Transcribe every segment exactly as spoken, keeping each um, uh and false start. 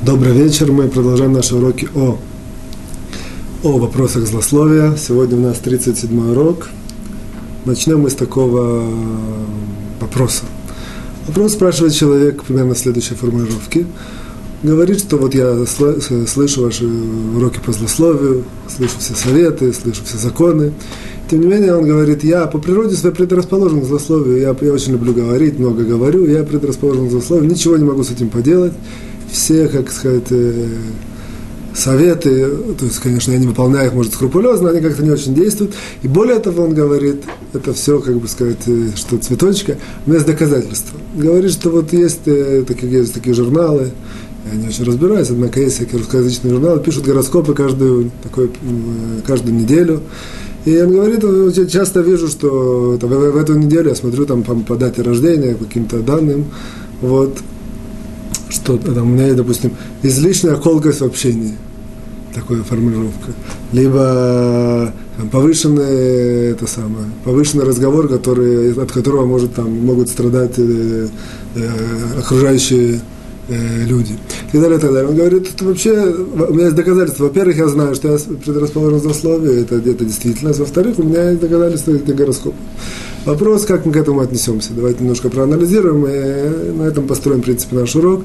Добрый вечер. Мы продолжаем наши уроки о, о вопросах злословия. Сегодня у нас тридцать седьмой урок. Начнем мы с такого вопроса. Вопрос спрашивает человек примерно в следующей формулировке. Говорит, что вот я слышу ваши уроки по злословию, слышу все советы, слышу все законы. Тем не менее, он говорит, я по природе своей предрасположен к злословию, я, я очень люблю говорить, много говорю, я предрасположен к злословию, ничего не могу с этим поделать. Все, как сказать, советы, то есть, конечно, я не выполняю их, может, скрупулезно, они как-то не очень действуют. И более того, он говорит, это все, как бы сказать, что цветочка, у меня есть доказательства. Говорит, что вот есть такие, есть такие журналы, я не очень разбираюсь, однако есть всякие русскоязычные журналы, пишут гороскопы каждую, такой, каждую неделю. И он говорит, я часто вижу, что там, в, в эту неделю я смотрю там, по, по дате рождения, по каким-то данным, вот, что там у меня есть, допустим, излишняя колкость в общении, такая формулировка, либо там, повышенный, это самое, повышенный разговор, который, от которого может, там, могут страдать э, э, окружающие э, люди, и так далее, и так далее. Он говорит, это вообще, у меня есть доказательства. Во-первых, я знаю, что я предрасположен к злословию, это, это действительно. Во-вторых, у меня есть доказательства для гороскопа. Вопрос, как мы к этому отнесемся. Давайте немножко проанализируем, и на этом построим, в принципе, наш урок.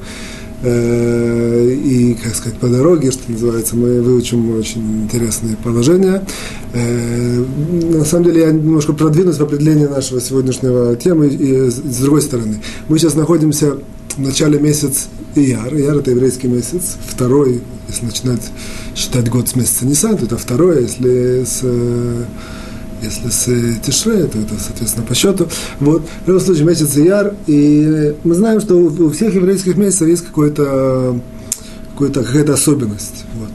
И, как сказать, по дороге, что называется, мы выучим очень интересные положения. На самом деле, я немножко продвинусь в определении нашего сегодняшнего темы, и с другой стороны. Мы сейчас находимся в начале месяца Ияр. Ияр – это еврейский месяц, второй, если начинать считать год с месяца Нисан, то это второй, если с... Если с Тишре, то это, соответственно, по счету. Вот. В любом случае, месяц Ияр. И мы знаем, что у всех еврейских месяцев есть какой-то, какой-то, какая-то особенность. Вот.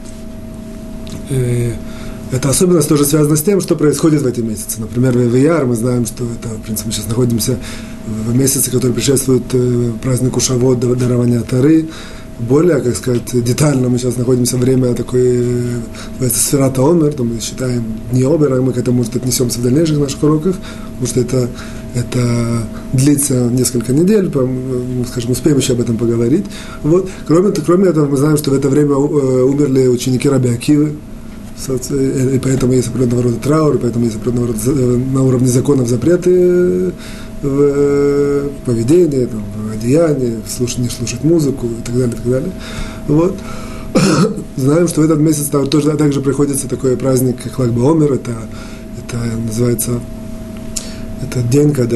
И эта особенность тоже связана с тем, что происходит в эти месяцы. Например, в Ияр мы знаем, что это, в принципе, мы сейчас находимся в месяце, который предшествует празднику Шавот, дарования Торы. Более, как сказать, детально мы сейчас находимся в время такой, называется, сферата Омер, то мы считаем дни Омера, мы к этому, может, отнесемся в дальнейших наших уроках, потому что это, это длится несколько недель, скажем, успеем еще об этом поговорить. Вот. Кроме, кроме этого, мы знаем, что в это время умерли ученики Раби Акивы, и поэтому есть определенного рода траур, и поэтому есть определенного рода на уровне законов запреты в поведении, там, в одеянии, в слушании, слушать музыку и так далее, и так далее. Вот. Знаем, что в этот месяц там тоже также приходится такой праздник, как Лаг ба-Омер, это, это называется, это день, когда,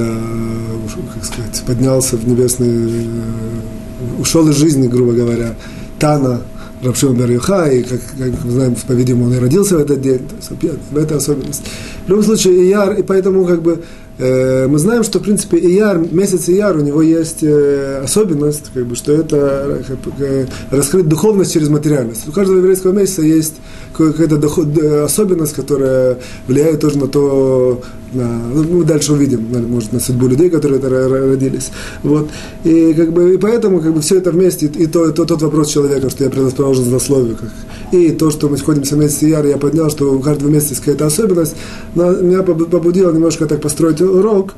как сказать, поднялся в небесный, ушел из жизни, грубо говоря, Тана, Рав Шимон бер Йохай, и, как, как мы знаем, по-видимому, он и родился в этот день, то есть, в этой особенности. В любом случае, Ияр, и поэтому, как бы, э, мы знаем, что, в принципе, Ияр, месяц Ияр, у него есть э, особенность, как бы, что это как, э, раскрыть духовность через материальность. У каждого еврейского месяца есть какая-то доход, особенность, которая влияет тоже на то, на, ну, мы дальше увидим, на, может, на судьбу людей, которые это родились. Вот. И, как бы, и поэтому как бы, все это вместе, и, и, то, и то, тот вопрос человека, что я предрасположен к злословию, как, и то, что мы находимся в месяце Ияр, я поднял, что у каждого месяца есть какая-то особенность, но меня побудило немножко так построить урок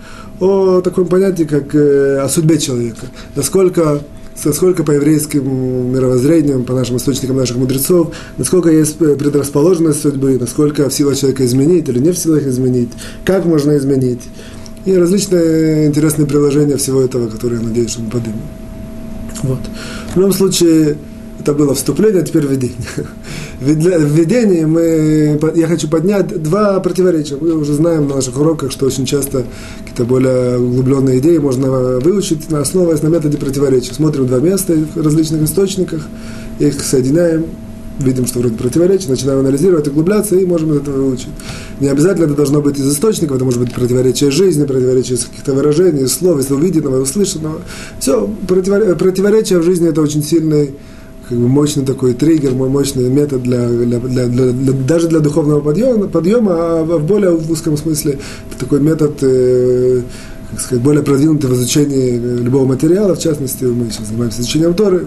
о таком понятии, как э, о судьбе человека. Насколько насколько по еврейским мировоззрениям, по нашим источникам наших мудрецов, насколько есть предрасположенность судьбы, насколько в силах человека изменить или не в силах изменить, как можно изменить. И различные интересные приложения всего этого, которые, я надеюсь, что мы поднимем. Вот. В любом случае, это было вступление, а теперь введение. В введении мы, я хочу поднять два противоречия. Мы уже знаем на наших уроках, что очень часто какие-то более углубленные идеи можно выучить, основываясь на методе противоречия. Смотрим два места в различных источниках, их соединяем, видим, что вроде противоречия, начинаем анализировать, углубляться и можем это выучить. Не обязательно это должно быть из источников, это может быть противоречие жизни, противоречие из каких-то выражений, из слов, из увиденного, услышанного. Все, противоречие в жизни – это очень сильный, как бы мощный такой триггер, мощный метод для, для, для, для, для, даже для духовного подъема, подъема, а в более узком смысле это такой метод, э, как сказать, более продвинутый в изучении любого материала, в частности, мы сейчас занимаемся изучением Торы,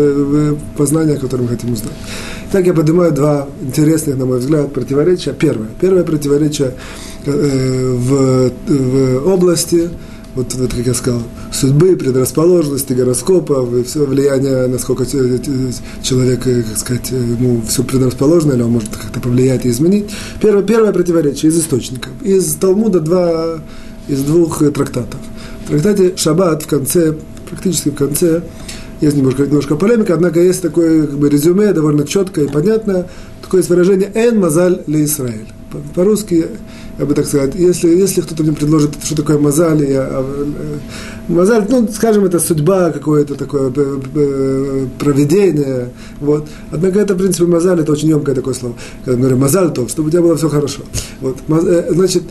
познания, которое мы хотим узнать. Так я поднимаю два интересных, на мой взгляд, противоречия. Первое. Первое противоречие э, в, в области вот, вот как я сказал, судьбы, предрасположенности, гороскопов, и все влияние, насколько человек, как сказать, ему все предрасположено, или он может как-то повлиять и изменить. Первое, первое противоречие из источников. Из Талмуда два, из двух трактатов. В трактате Шаббат в конце, практически в конце, есть немножко, немножко полемика, однако есть такое как бы, резюме, довольно четкое и понятное, такое есть выражение «эн мазаль ле Исраэль». По-русски, я бы так сказать, если, если кто-то мне предложит, что такое мазаль, я, мазаль, ну, скажем, это судьба, какое-то такое провидение, вот. Однако это, в принципе, мазаль, это очень емкое такое слово. Когда мы говорим мазаль то, чтобы у тебя было все хорошо. Вот. Значит,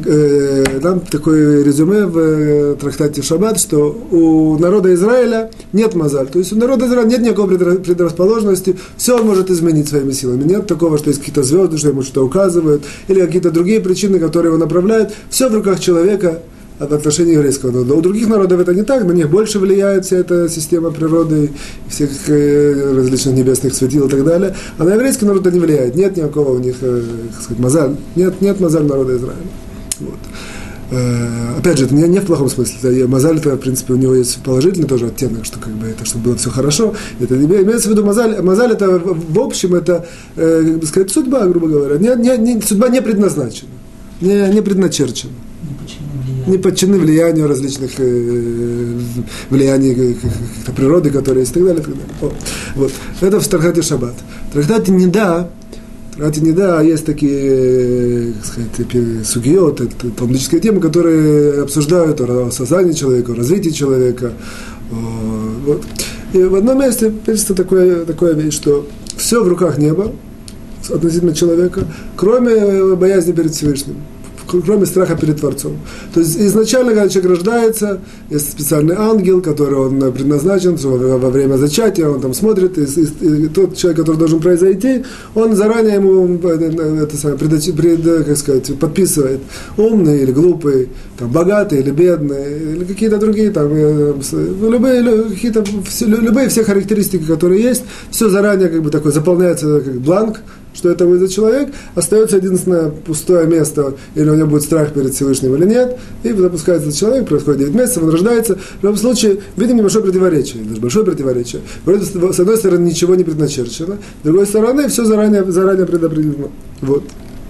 там такое резюме в трактате Шаббат, что у народа Израиля нет мазаль, то есть у народа Израиля нет никакой предрасположенности, все он может изменить своими силами. Нет такого, что есть какие-то звезды, что ему что-то указывают, или какие-то другие причины, которые его направляют. Все в руках человека в отношении еврейского народа. У других народов это не так, на них больше влияет вся эта система природы, всех различных небесных светил и так далее. А на еврейский народ это не влияет. Нет никакого у них, так сказать, мазаль. Нет, нет мазаль народа Израиля. Вот. Э, опять же, это не, не в плохом смысле. Мазаль, это, в принципе, у него есть положительный тоже оттенок, что как бы это, чтобы было все хорошо. Это имеется в виду мазаль. Мазаль это в общем это, э, как бы сказать, судьба, грубо говоря. Не, не, не, судьба не предназначена, не, не предначерчена. Не подчинены влиянию различных э, влияний как-то природы, которые есть, и так далее. И так далее. О, вот. Это в трактате Шаббат. В трактате Нида Трактате Нида есть такие, как сказать, сугиот, это талмудические темы, которые обсуждают о создании человека, о развитии человека. Вот. И в одном месте пишется такое, такое вещь, что все в руках неба относительно человека, кроме боязни перед Всевышним, кроме страха перед Творцом. То есть изначально, когда человек рождается, есть специальный ангел, который он предназначен во время зачатия, он там смотрит, и, и, и тот человек, который должен произойти, он заранее ему это самое, пред, пред, как сказать, подписывает, умный или глупый, там, богатый или бедный, или какие-то другие, там, любые, какие-то, все, любые все характеристики, которые есть, все заранее как бы такое заполняется как бланк, что это будет за человек, остается единственное пустое место, или у него будет страх перед Всевышним или нет, и запускается этот человек, происходит девять месяцев, он рождается. В любом случае, видим небольшое противоречие, даже большое противоречие. Вроде, с одной стороны, ничего не предначерчено, с другой стороны, все заранее, заранее предопределено. Вот.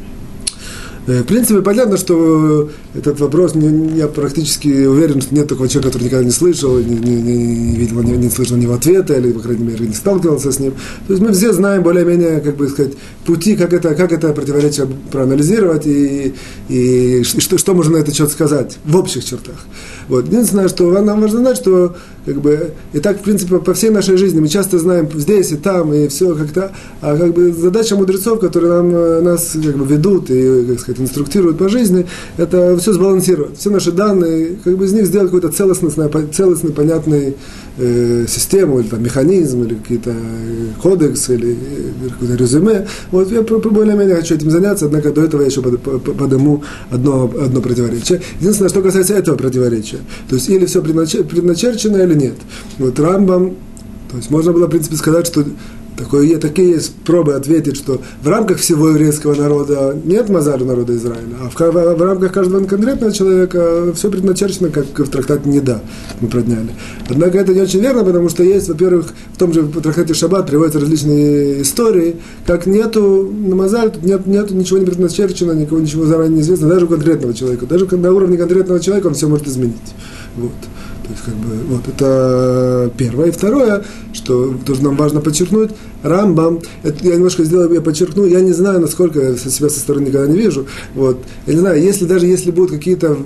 В принципе, понятно, что этот вопрос, я практически уверен, что нет такого человека, который никогда не слышал, не, не, не видел, не, не слышал него ответа, или, по крайней мере, не сталкивался с ним. То есть мы все знаем более-менее, как бы сказать, пути, как это, как это противоречие проанализировать и, и что, что можно на это что-то сказать в общих чертах. Вот. Единственное, что нам важно знать, что как бы, и так, в принципе, по всей нашей жизни мы часто знаем здесь и там, и все как-то, а как бы задача мудрецов, которые нам, нас как бы ведут и, как сказать, инструктируют по жизни, это все сбалансировать. Все наши данные, как бы из них сделать какую-то целостный, целостный понятный э, систему, или там, механизм, или какие-то кодекс, или, или какое-то резюме. Вот я более-менее хочу этим заняться, однако до этого я еще подниму одно, одно противоречие. Единственное, что касается этого противоречия, то есть или все предначерчено, или нет. Вот Рамбам, то есть можно было, в принципе, сказать, что такое, такие есть пробы ответить, что в рамках всего еврейского народа нет мазаля народа Израиля, а в, в, в рамках каждого конкретного человека все предначерчено, как в трактате Нида мы продняли. Однако это не очень верно, потому что есть, во-первых, в том же трактате Шаббат приводятся различные истории, как нету на мазаль, тут нет, нету ничего не предначерчено, никого ничего заранее не известно, даже у конкретного человека. Даже на уровне конкретного человека он все может изменить. Вот. То есть, как бы, вот, это первое. И второе, что тоже нам важно подчеркнуть, Рамбам, это я немножко сделаю, я подчеркну, я не знаю, насколько я себя со стороны никогда не вижу, вот, я не знаю, если даже если будут какие-то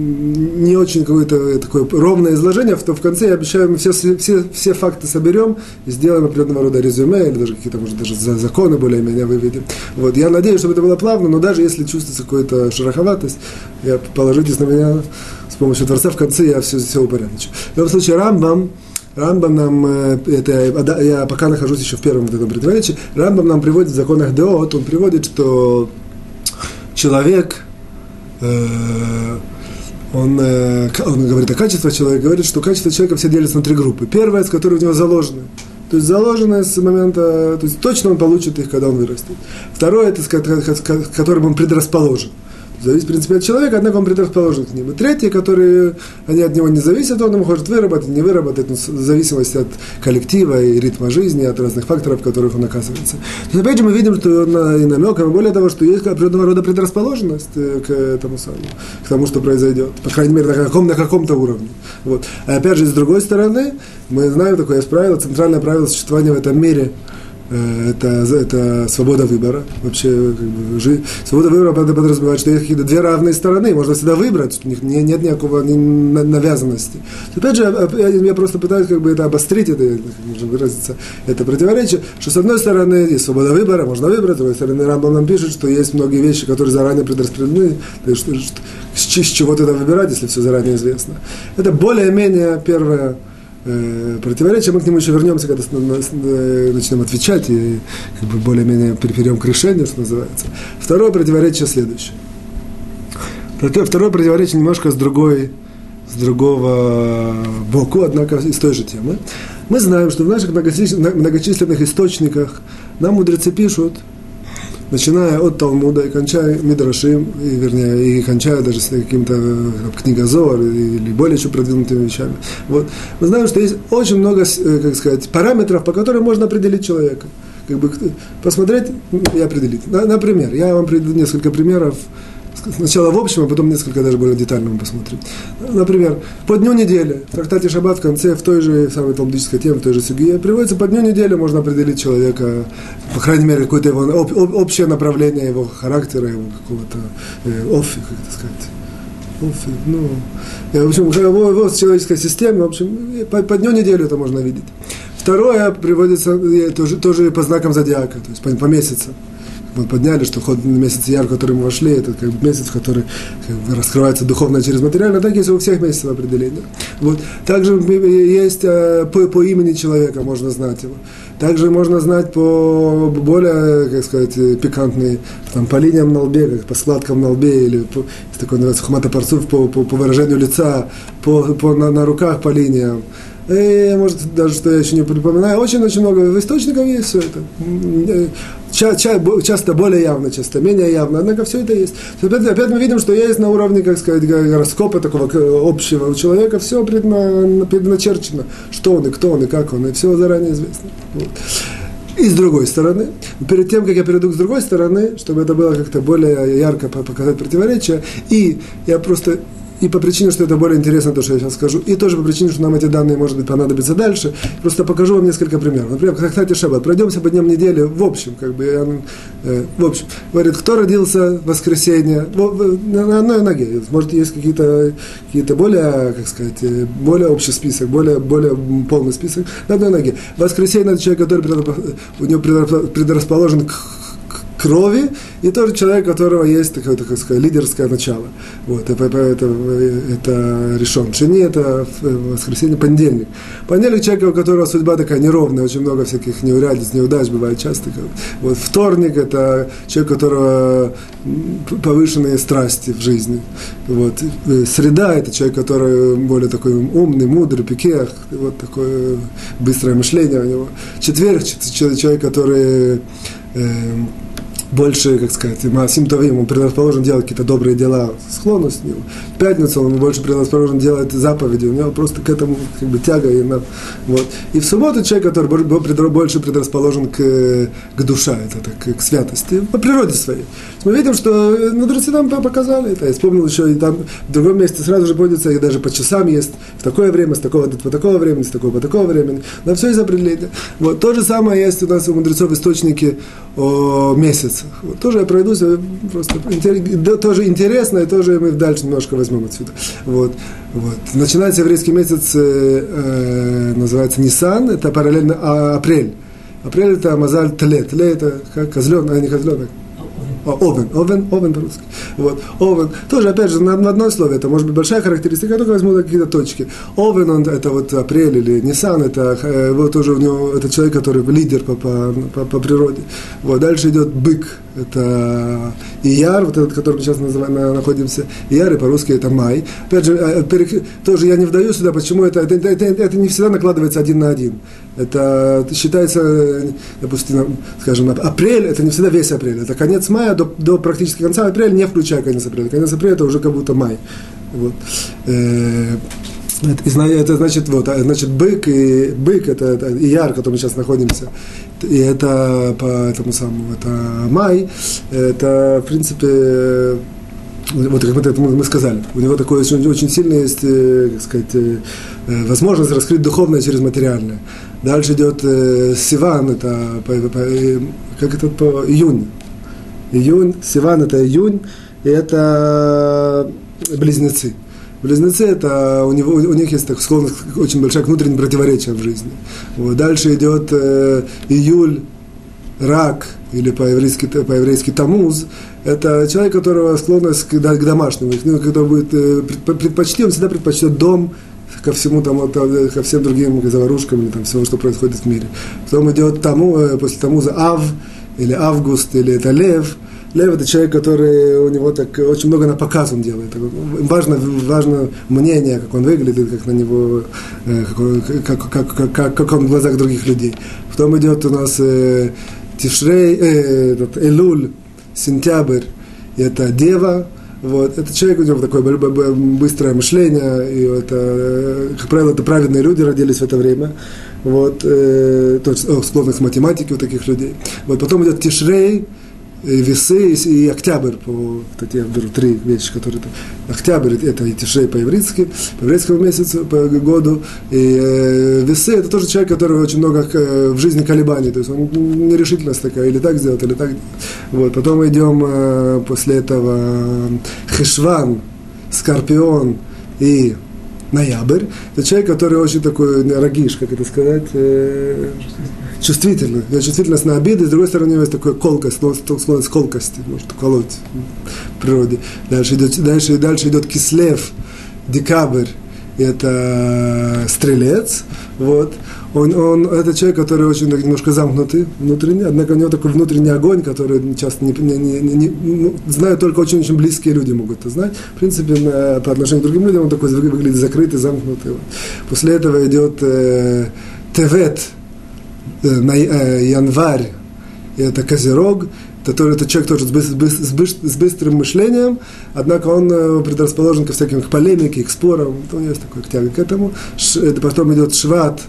не очень какое-то такое ровное изложение, то в конце я обещаю, мы все, все, все факты соберем и сделаем определенного рода резюме, или даже какие-то, может, даже законы более-менее выведем. Вот, я надеюсь, чтобы это было плавно, но даже если чувствуется какая-то шероховатость, я, положитесь на меня, с помощью Творца в конце я все, все упорядочу. В любом случае, Рамбам, Рамбам нам, это, я пока нахожусь еще в первом вот этом противоречии, Рамбам нам приводит в законах Деот, он приводит, что человек, э, он, э, он говорит о качестве человека, говорит, что качество человека все делятся на три группы. Первая, с которой у него заложены. То есть заложено с момента, то есть точно он получит их, когда он вырастет. Второе, это с которым он предрасположен. То Зависит, в принципе, от человека, однако он предрасположен к ним. И третьи, которые, они от него не зависят, он может выработать, не выработать, ну, в зависимости от коллектива и ритма жизни, от разных факторов, в которых он оказывается. То есть, опять же, мы видим, что на, и намеком, и более того, что есть определенного рода предрасположенность к этому самому, к тому, что произойдет. По крайней мере, на, каком, на каком-то уровне. Вот. А опять же, с другой стороны, мы знаем такое есть правило, центральное правило существования в этом мире – Это, это свобода выбора. Вообще, как бы, жи... свобода выбора подразумевает, что есть какие-то две равные стороны, можно всегда выбрать, что у них нет никакого навязанности. Опять же, я просто пытаюсь как бы это обострить, это, как можно выразиться, это противоречие, что с одной стороны есть свобода выбора, можно выбрать, с другой стороны Рамбам нам пишет, что есть многие вещи, которые заранее предрасположены, то есть, с чего тогда выбирать, если все заранее известно. Это более-менее первое противоречие, мы к нему еще вернемся, когда начнем отвечать и как бы более-менее перейдем к решению, что называется. Второе противоречие следующее. Второе противоречие немножко с другой, с другого боку, однако из той же темы. Мы знаем, что в наших многочисленных источниках нам мудрецы пишут, начиная от Талмуда и кончая Мидрашим, и, вернее, и кончая даже с каким-то книгой Зоар или более еще продвинутыми вещами. Вот. Мы знаем, что есть очень много, как сказать, параметров, по которым можно определить человека. Как бы посмотреть и определить. Например, я вам приведу несколько примеров. Сначала в общем, а потом несколько даже более детально мы посмотрим. Например, по дню недели, в трактате Шаббат в конце, в той же самой талмудической теме, в той же сугие, приводится, по дню недели можно определить человека, по крайней мере, какое-то его об, об, общее направление его характера, его какого-то э, офи, как это сказать. Офи, ну, в общем, его, его человеческая система, в общем, по, по дню недели это можно видеть. Второе приводится тоже, тоже по знакам зодиака, то есть по, по месяцам. Вот подняли, что ход месяц Яр, в который мы вошли, это как бы месяц, в который как бы раскрывается духовно через материально, так есть у всех месяцев определения. Вот. Также есть по, по имени человека, можно знать его. Также можно знать по более, как сказать, пикантные, там, по линиям на лбе, как по складкам на лбе, или по, такой называется хматопарцув, по, по, по выражению лица, по, по, на, на руках по линиям. И, может, даже, что я еще не припоминаю, очень-очень много источников есть все это. Ча- ча- часто более явно, часто менее явно, однако все это есть. Опять, опять мы видим, что есть на уровне, как сказать, гороскопа такого общего у человека, все предна- предначерчено, что он и кто он и как он, и все заранее известно. Вот. И с другой стороны, перед тем, как я перейду с другой стороны, чтобы это было как-то более ярко показать противоречия, и я просто... И по причине, что это более интересно, то, что я сейчас скажу, и тоже по причине, что нам эти данные, может быть, понадобятся дальше, просто покажу вам несколько примеров. Например, в трактате Шаббат. Пройдемся по дням недели, в общем, как бы, я, э, в общем, говорит, кто родился в воскресенье, в, на одной ноге. Может, есть какие-то, какие-то более, как сказать, более общий список, более, более полный список на одной ноге. В воскресенье это человек, который у него предрасположен к крови, и тоже человек, у которого есть такое, так сказать, лидерское начало. Вот, это, это, это решен. Шини – это воскресенье, понедельник. Понедельник – человек, у которого судьба такая неровная, очень много всяких неурядиц, неудач бывает часто. Вот, вторник – это человек, у которого повышенные страсти в жизни. Вот, среда – это человек, который более такой умный, мудрый, пикех, вот такое быстрое мышление у него. Четверг – человек, который э, больше, как сказать, Маасим Товим, он предрасположен делать какие-то добрые дела, склонность к нему. В пятницу он больше предрасположен делать заповеди, у него просто к этому как бы тяга. И, вот. И в субботу человек, который больше предрасположен к, к душе, это так, к святости, по природе своей. Мы видим, что мудрецы нам показали это. Я вспомнил еще, и там в другом месте сразу же пользуется, и даже по часам есть в такое время, с такого по такого времени, с такого по такого времени. На все есть определение. Вот. То же самое есть у нас у мудрецов источники о месяце. Вот, тоже я пройдусь, просто тоже интересно, и тоже мы дальше немножко возьмем отсюда. Вот, вот. Начинается еврейский месяц, э, называется Нисан, это параллельно а, апрель. Апрель это Мазаль Тле, Тле это как козленок, а не козленок. Овен, овен, овен по-русски. Вот, овен. Тоже, опять же, на, на одно слово, это может быть большая характеристика, я только возьму какие-то точки. Овен, он, это вот апрель или Нисан, это э, вот уже у него, это человек, который лидер по, по, по, по природе. Вот, дальше идет бык, это Ияр, вот этот, который мы сейчас называем, находимся, Ияр, и по-русски это май. Опять же, тоже я не вдаю сюда, почему это, это, это, это не всегда накладывается один на один. Это считается, допустим, скажем, апрель, это не всегда весь апрель, это конец мая, мая до, до практически конца апреля, не включая конец апреля. Конец апреля это уже как будто май. Вот. Это значит, вот, значит, бык и бык это, это ияр, в котором мы сейчас находимся, и это по этому самому, это май, это в принципе, вот как мы, это мы сказали, у него такое очень, очень сильное есть, как сказать, возможность раскрыть духовное через материальное. Дальше идет Сиван, это по, по, как это по июнь, июнь, Сиван это июнь, и это близнецы. Близнецы, это у, него, у них есть так, склонность очень большая к внутренним противоречиям в жизни. Вот. Дальше идет э, июль, рак, или по-еврейски, по-еврейски тамуз. Это человек, у которого склонность к, к домашнему, который будет э, предпочтет, он всегда предпочтет дом ко всему там, ко всем другим заварушкам или там, всему, что происходит в мире. Потом идет таму, э, после тамуза ав, или август, или это лев. Лев – это человек, который у него так очень много на показ он делает. Важно, важно мнение, как он выглядит, как на него, как, как, как, как, как он в глазах других людей. Потом идет у нас э, Тишрей, э, этот, Элуль, сентябрь, это Дева. Вот. Это человек, у него такое быстрое мышление, и это, как правило, это праведные люди родились в это время. Вот, э, то есть, о, склонных к математике у таких людей. Вот. Потом идет Тишрей, Весы и октябрь, по, вот я беру три вещи, которые там. Октябрь это и Тишрей по-еврейски, по еврейскому месяцу, по году, и э, Весы это тоже человек, который очень много э, в жизни колебаний, то есть он нерешительность такая, или так сделать, или так. Вот. Потом идем э, после этого Хешван, Скорпион и Ноябрь. Это человек, который очень такой рагиш, как это сказать, э, чувствительный. Чувствительность на обиды, с другой стороны, у него есть такая колкость, склонность к колкости, может колоть в природе. Дальше идет, дальше, дальше идет Кислев, Декабрь, это Стрелец. Вот. Он, он, это человек, который очень немножко замкнутый внутренний, однако у него такой внутренний огонь, который часто не, не, не, не, ну, знают только очень-очень близкие люди могут это знать. В принципе, на, по отношению к другим людям он такой выглядит закрытый, замкнутый. После этого идет э, Тевет, э, на, э, январь, это Козерог, который это человек тоже с, быс, с, быс, с быстрым мышлением, однако он э, предрасположен ко всяким к полемике, к спорам, у него есть такой тяга к этому. Ш, это потом идет Шват,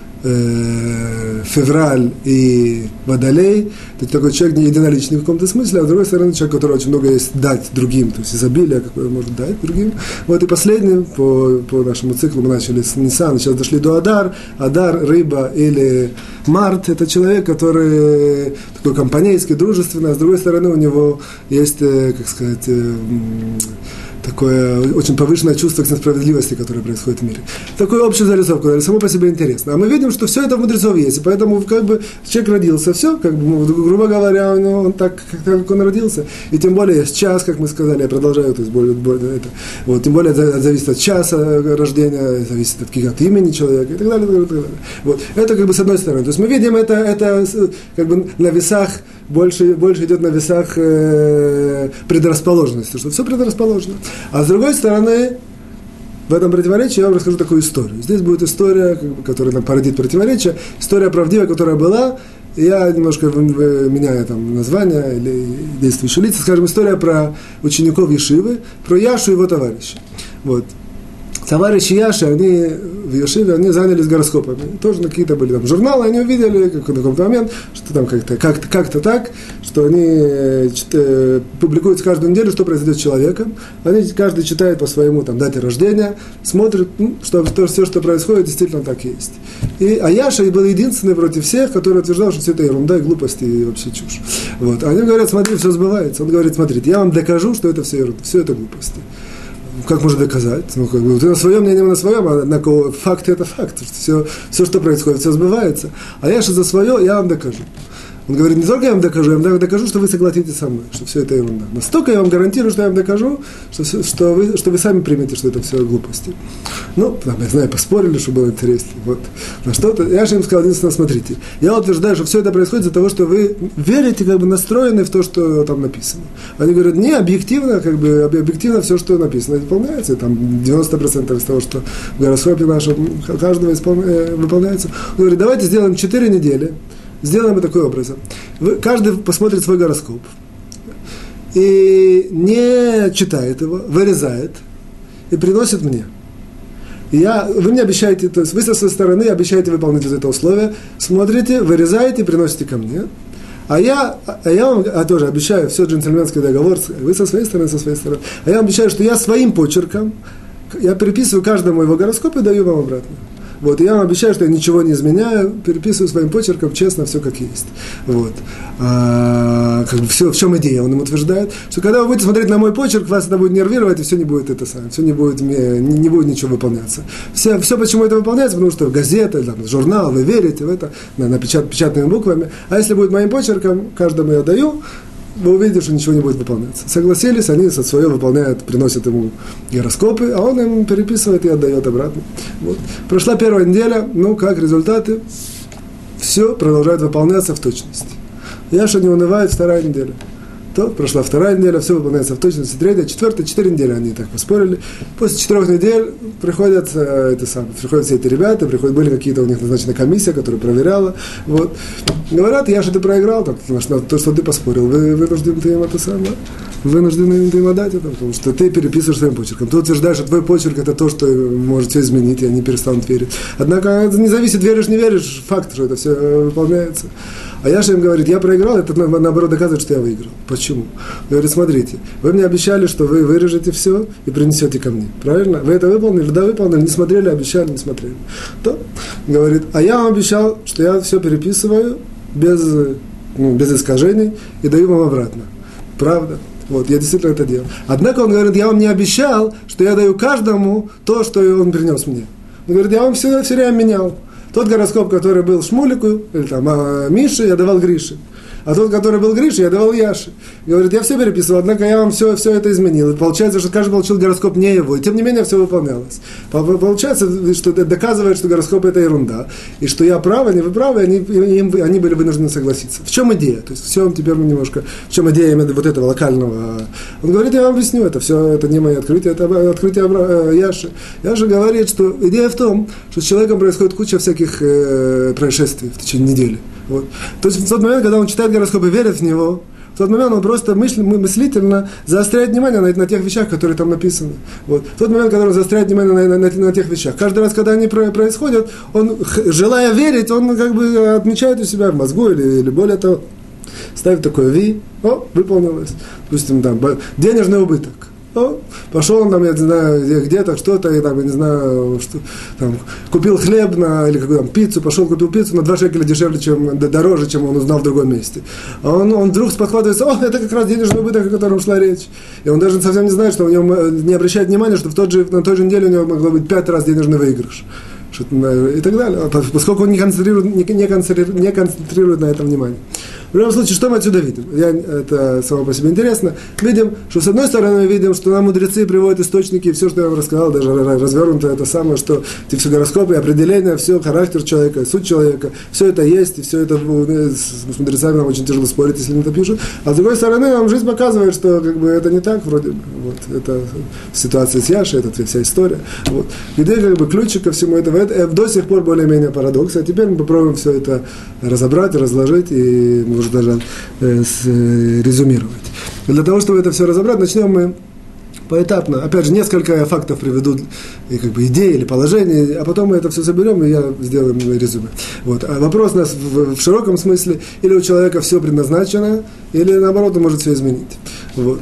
февраль и водолей, это такой человек не единоличный в каком-то смысле, а с другой стороны человек, который очень много есть дать другим, то есть изобилие, какое он может дать другим. Вот и последний, по, по нашему циклу мы начали с Ниссана, сейчас дошли до Адар. Адар, рыба или Март, это человек, который такой компанейский, дружественный, а с другой стороны у него есть, как сказать, такое очень повышенное чувство к несправедливости, которое происходит в мире. Такую общую зарисовку, которая само по себе интересна. А мы видим, что все это у мудрецов есть, и поэтому как бы человек родился, все, как бы, грубо говоря, он так, как он родился. И тем более есть час, как мы сказали, я продолжаю, то есть более, более это, вот, тем более это зависит от часа рождения, зависит от какого-то имени человека и так далее. И так далее. Вот. Это как бы с одной стороны. То есть мы видим это, это как бы на весах, больше, больше идет на весах э, предрасположенности, что все предрасположено. А с другой стороны, в этом противоречии я вам расскажу такую историю. Здесь будет история, как бы, которая нам породит противоречие, история правдивая, которая была, и я немножко меняю там название или действующие лица, скажем, история про учеников Ешивы, про Яшу и его товарища. Вот. Товарищи Яши, они в Ешиве, они занялись гороскопами. Тоже какие-то были там журналы, они увидели как, в какой-то момент, что там как-то, как-то, как-то так, что они чит, публикуют каждую неделю, что произойдет с человеком. Они, каждый читает по своему там, дате рождения, смотрит, ну, что, что все, что происходит, действительно так и есть. И, а Яша был единственный против всех, который утверждал, что все это ерунда и глупости и вообще чушь. Вот. Они говорят, смотри, все сбывается. Он говорит, смотрите, я вам докажу, что это все ерунда, все это глупости. Как можно доказать? Ну, как бы, ты на своем, я не на своем, а однако факт это факт. Что все, все, что происходит, все сбывается. А я же за свое, я вам докажу. Он говорит, не только я вам докажу, я вам докажу, что вы согласитесь со мной, что все это ерунда. Настолько я вам гарантирую, что я вам докажу, что, все, что, вы, что вы сами примете, что это все глупости. Ну, там, я знаю, поспорили, что было интереснее. Вот. На что-то, я же им сказал, единственно, смотрите, я утверждаю, что все это происходит из-за того, что вы верите, как бы настроены в то, что там написано. Они говорят, не, объективно, как бы, объективно все, что написано, выполняется. И там девяносто процентов из того, что в гороскопе нашем каждого исполня, выполняется. Он говорит, давайте сделаем четыре недели. Сделаем это таким образом. Вы, каждый посмотрит свой гороскоп. и не читает его, вырезает и приносит мне. И я, вы мне обещаете, то есть вы со своей стороны обещаете выполнить это условие, смотрите, вырезаете, приносите ко мне. А я, а я вам а тоже обещаю, все джентльменский договор, вы со своей стороны, со своей стороны. А я вам обещаю, что я своим почерком, я переписываю каждому его гороскоп и даю вам обратно. Вот, и я вам обещаю, что я ничего не изменяю, переписываю своим почерком честно все как есть. Вот. А, как бы все, в чем идея? Он им утверждает, что когда вы будете смотреть на мой почерк, вас это будет нервировать, и все не будет это самое, все не будет, не, не будет ничего выполняться. Все, все, почему это выполняется, потому что газета, там, журнал, вы верите в это, на, на печат, печатными буквами. А если будет моим почерком, каждому я даю, вы увидите, что ничего не будет выполняться. Согласились, они со свое выполняют, приносят ему гороскопы, а он им переписывает и отдает обратно. Вот. Прошла первая неделя, ну, как результаты, все продолжает выполняться в точности. Яша не унывает, вторая неделя. То прошла вторая неделя, все выполняется в точности, третья, четвертая, четыре недели они так поспорили. После четырех недель приходят, э, это самое, приходят все эти ребята, приходят, были какие-то у них назначена комиссия, которая проверяла. Вот. Говорят, Яша, ты проиграл, так, то, что ты поспорил, вы вынуждены ты им это самое, вынуждены им отдать это, потому что ты переписываешь своим почерком. Ты утверждаешь, что твой почерк это то, что может все изменить, и они перестанут верить. Однако это не зависит, веришь, не веришь, факт, что это все выполняется. А Яша им говорит, я проиграл, это наоборот доказывает, что я выиграл. Почему? Говорит, смотрите, вы мне обещали, что вы вырежете все и принесете ко мне. Правильно? Вы это выполнили? Да, выполнили. Не смотрели, обещали, не смотрели. То, говорит, а я вам обещал, что я все переписываю без, ну, без искажений и даю вам обратно. Правда? Вот, я действительно это делал. Однако он говорит, я вам не обещал, что я даю каждому то, что он принес мне. Он говорит, я вам все, все время менял. Тот гороскоп, который был Шмулику, или там а, Мише, я давал Грише. А тот, который был Грише, я давал Яше. Говорит, я все переписывал, однако я вам все, все это изменил. И получается, что каждый получил гороскоп не его. И тем не менее, все выполнялось. Получается, что это доказывает, что гороскоп это ерунда. И что я прав, они вы правы, они, им, они были вынуждены согласиться. В чем идея? То есть, все теперь немножко... В чем идея именно вот этого локального... Он говорит, я вам объясню это. Все, это не мои открытия, это открытие Яши. Яша говорит, что идея в том, что с человеком происходит куча всяких э, происшествий в течение недели. Вот. То есть в тот момент, когда он читает гороскоп и верит в него, в тот момент он просто мысль, мыслительно заостряет внимание на, на тех вещах, которые там написаны. Вот. В тот момент, когда он заостряет внимание на, на, на, на тех вещах, каждый раз, когда они про, происходят, он, желая верить, он как бы отмечает у себя в мозгу или, или более того, ставит такое «ви», о, выполнилось. Допустим, там, денежный убыток. О, пошел он там, я не знаю, где-то что-то, и там, я не знаю, что, там, купил хлеб на, или какую там пиццу, пошел, купил пиццу на два шекеля дешевле, чем, дороже, чем он узнал в другом месте. А он, он вдруг спохватывается, о, это как раз денежный убыток, о котором шла речь. И он даже совсем не знает, что у него не обращает внимания, что в тот же, на той же неделе у него могло быть пять раз денежный выигрыш. И так далее, поскольку он не концентрирует, не, не, концентрирует, не концентрирует на этом внимание. В любом случае, что мы отсюда видим? Я, это само по себе интересно. Видим, что с одной стороны мы видим, что нам мудрецы приводят источники, и все, что я вам рассказал, даже развернуто это самое, что эти все гороскопы, определения, все, характер человека, суть человека, все это есть, и все это с мудрецами нам очень тяжело спорить, если они это пишут. А с другой стороны, нам жизнь показывает, что как бы, это не так вроде бы. Вот, это ситуация с Яшей, это вся история. Вот. Где как бы ключик ко всему этому, это до сих пор более-менее парадокс, а теперь мы попробуем все это разобрать, разложить и, может, даже э, с, э, резюмировать. И для того, чтобы это все разобрать, начнем мы поэтапно. Опять же, несколько фактов приведу, и, как бы, идеи или положений, а потом мы это все соберем, и я сделаю резюме. Вот. А вопрос у нас в, в широком смысле, или у человека все предназначено, или наоборот он может все изменить. Вот.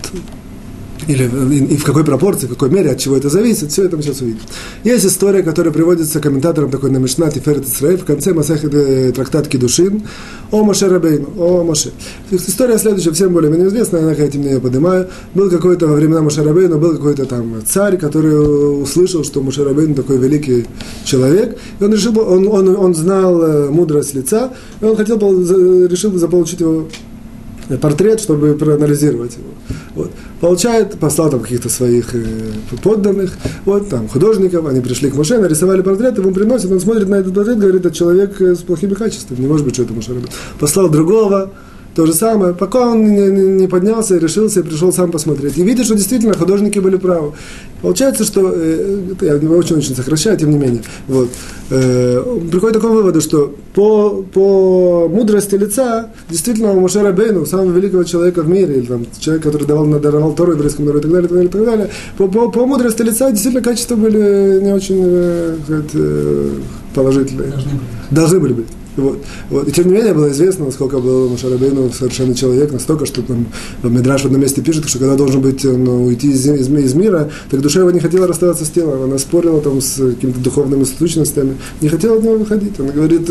Или и в какой пропорции, в какой мере, от чего это зависит, все это мы сейчас увидим. Есть история, которая приводится комментатором такой на Мишна Тиферет Исраэль в конце Масехет трактат Кидушин о Моше Рабейну, о Моше. История следующая, всем более-менее известна, я этим не ее поднимаю. Был какой-то во времена Моше Рабейну, был какой-то там царь, который услышал, что Моше Рабейну такой великий человек, и он решил, он, он, он знал мудрость лица, и он хотел, решил заполучить его портрет, чтобы проанализировать его. Вот. Получает, послал там каких-то своих э, подданных, вот, там, художников, они пришли к Моше, нарисовали портрет, ему приносят, он смотрит на этот портрет, говорит, это человек с плохими качествами, не может быть, что это Моше Рабейну. Послал другого, То же самое, пока он не, не поднялся и решился, и пришел сам посмотреть. И видит, что действительно художники были правы. Получается, что, это я очень-очень сокращаю, тем не менее, вот, э, приходит к такому выводу, что по, по мудрости лица, действительно, у Моше Рабейну, самого великого человека в мире, или там, человека, который давал, даровал Тору еврейскому народу и так далее, и так далее, и так далее, по, по, по мудрости лица, действительно, качества были не очень э, сказать, положительные. Должны были. Должны были быть. Вот, вот. И тем не менее было известно, насколько был Моше Рабейну совершенный человек, настолько, что там Мидраш в одном месте пишет, что когда должен быть он, уйти из, из, из мира, так душа его не хотела расставаться с телом, она спорила там с какими-то духовными сущностями, не хотела от него выходить. Она говорит,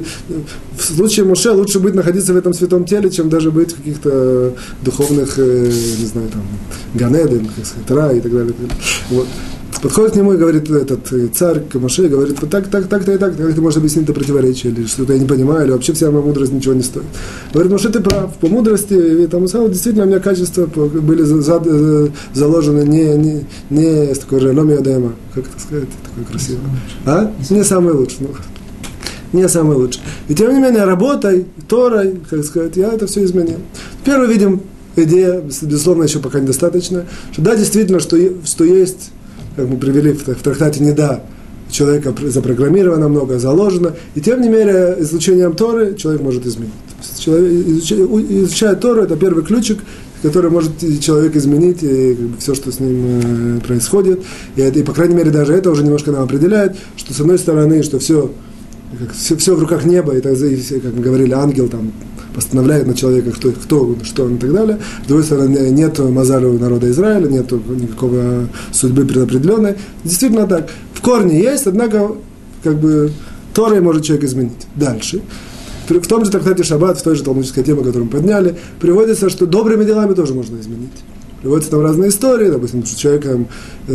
в случае Моше лучше быть находиться в этом святом теле, чем даже быть в каких-то духовных, не знаю, там, Ганеден, Рай и так далее. Вот. Подходит к нему и говорит этот царь к Моше, говорит, вот так, так, так-то и так, как ты можешь объяснить это противоречие, или что-то я не понимаю, или вообще вся моя мудрость ничего не стоит. Говорит, Моше, ты прав, по мудрости, и там, действительно, у меня качества были за, заложены не, не, не с такой же ломиодема, как это сказать, такое красивое, а? Не самый лучший, ну, не самый лучший. И тем не менее, работой, Торой, как сказать, я это все изменил. Первый видим, идея, безусловно, еще пока недостаточно, что да, действительно, что, что есть, как мы привели в, в трактате «Неда», человека запрограммировано много, заложено, и тем не менее изучением Торы человек может изменить. Человек, изучая, изучая Тору, это первый ключик, который может человек изменить и, как бы, все, что с ним э, происходит. И, это, и, по крайней мере, даже это уже немножко нам определяет, что с одной стороны, что все, как, все, все в руках неба, и, и как мы говорили, ангел там постановляет на человека, кто, кто, что он и так далее. С другой стороны, нет мазаля у народа Израиля, нет никакого судьбы предопределенной. Действительно так. В корне есть, однако, как бы, Торой может человек изменить. Дальше. В том же трактате Шаббат, в той же талмудической теме, которую мы подняли, приводится, что добрыми делами тоже можно изменить. Приводятся там разные истории, допустим, что человеком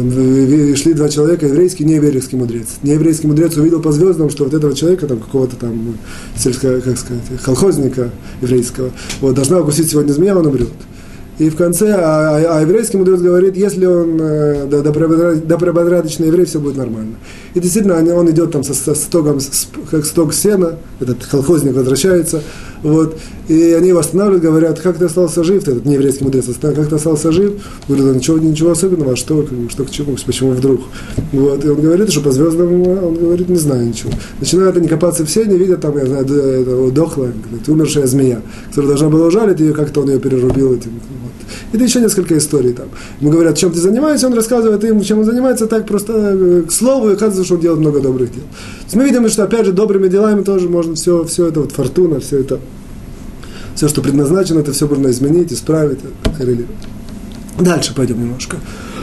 шли два человека, еврейский и нееврейский мудрец. Нееврейский мудрец увидел по звездам, что вот этого человека, там, какого-то там сельского, как сказать, колхозника еврейского, вот, должна укусить сегодня змея, он умрет. И в конце, а, а, а еврейский мудрец говорит, если он э, добропорядочный еврей, все будет нормально. И действительно, он идет там со, со стогом, с, как стог сена, этот колхозник возвращается, вот, и они его останавливают, говорят, как ты остался жив, этот нееврейский мудрец, как ты остался жив, говорит, ничего, ничего особенного, что, что к чему, почему вдруг. Вот, и он говорит, что по звездам, он говорит, не знаю ничего. Начинают они копаться в сене, видят там, я знаю, дохлая, умершая змея, которая должна была ужалить ее, как-то он ее перерубил этим. Вот. Это еще несколько историй там. Ему говорят, чем ты занимаешься, он рассказывает им, чем он занимается, так просто к слову, и оказывается, что он делает много добрых дел. То есть мы видим, что опять же добрыми делами тоже можно все, все это, вот фортуна, все это, все, что предназначено, это все можно изменить, исправить, коррелировать. Дальше пойдем немножко.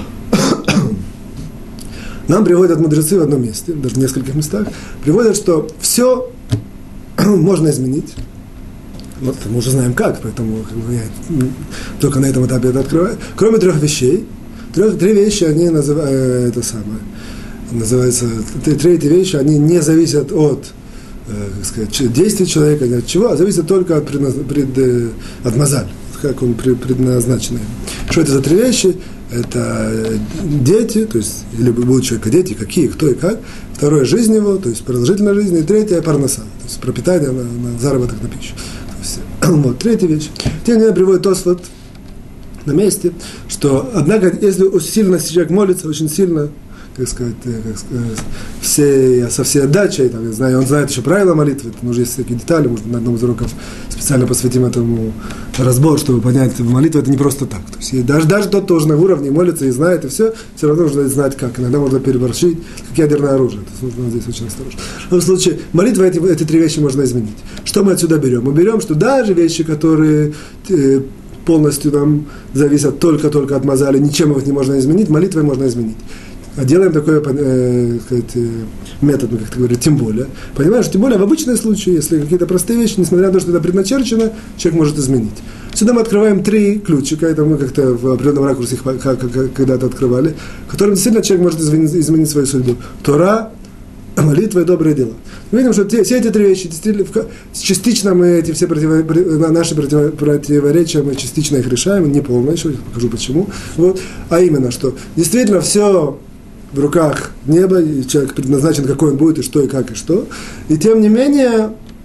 Нам приводят мудрецы в одном месте, даже в нескольких местах, приводят, что все можно изменить. Вот, мы уже знаем как, поэтому как бы, я только на этом этапе это открываю. Кроме трех вещей, трех, три вещи, они называют, это самое, называется, три эти вещи, они не зависят от, как сказать, действий человека, ни от чего, а зависят только от, предназ... пред... от мазаль, как он предназначен. Что это за три вещи? Это дети, то есть, или будут человека дети, какие, кто и как. Второе, жизнь его, то есть продолжительная жизнь. И третье, парноса, то есть пропитание на, на заработок на пищу. Вот, третья вещь. Тем не менее, приводит Тосфот на месте, что, однако, если сильно человек молится, очень сильно, как сказать, как сказать все, со всей отдачей, там, я знаю, он знает еще правила молитвы, там уже есть такие детали, может, на одном из уроков специально посвятим этому разбор, чтобы понять, молитва это не просто так. То есть, даже, даже тот, кто уже на уровне молится и знает, и все, все равно нужно знать как. Иногда можно переборщить, как ядерное оружие. То есть, нужно здесь очень осторожно. В любом случае, молитва, эти, эти три вещи можно изменить. Что мы отсюда берем? Мы берем, что даже вещи, которые э, полностью нам зависят только-только от мазали, ничем их не можно изменить, молитвой можно изменить. А делаем такой э, сказать, метод, ну, как ты говоришь, тем более. Понимаешь, тем более в обычные случаи, если какие-то простые вещи, несмотря на то, что это предначерчено, человек может изменить. Сюда мы открываем три ключика, это мы как-то в определенном ракурсе их когда-то открывали, которым действительно человек может изменить, изменить свою судьбу. Тора, молитва и добрые дела. Мы видим, что те, все эти три вещи, частично мы эти все против, наши против, противоречия, мы частично их решаем, не полно еще, покажу почему. Вот. А именно, что действительно все в руках неба, и человек предназначен, какой он будет, и что, и как, и что. И тем не менее,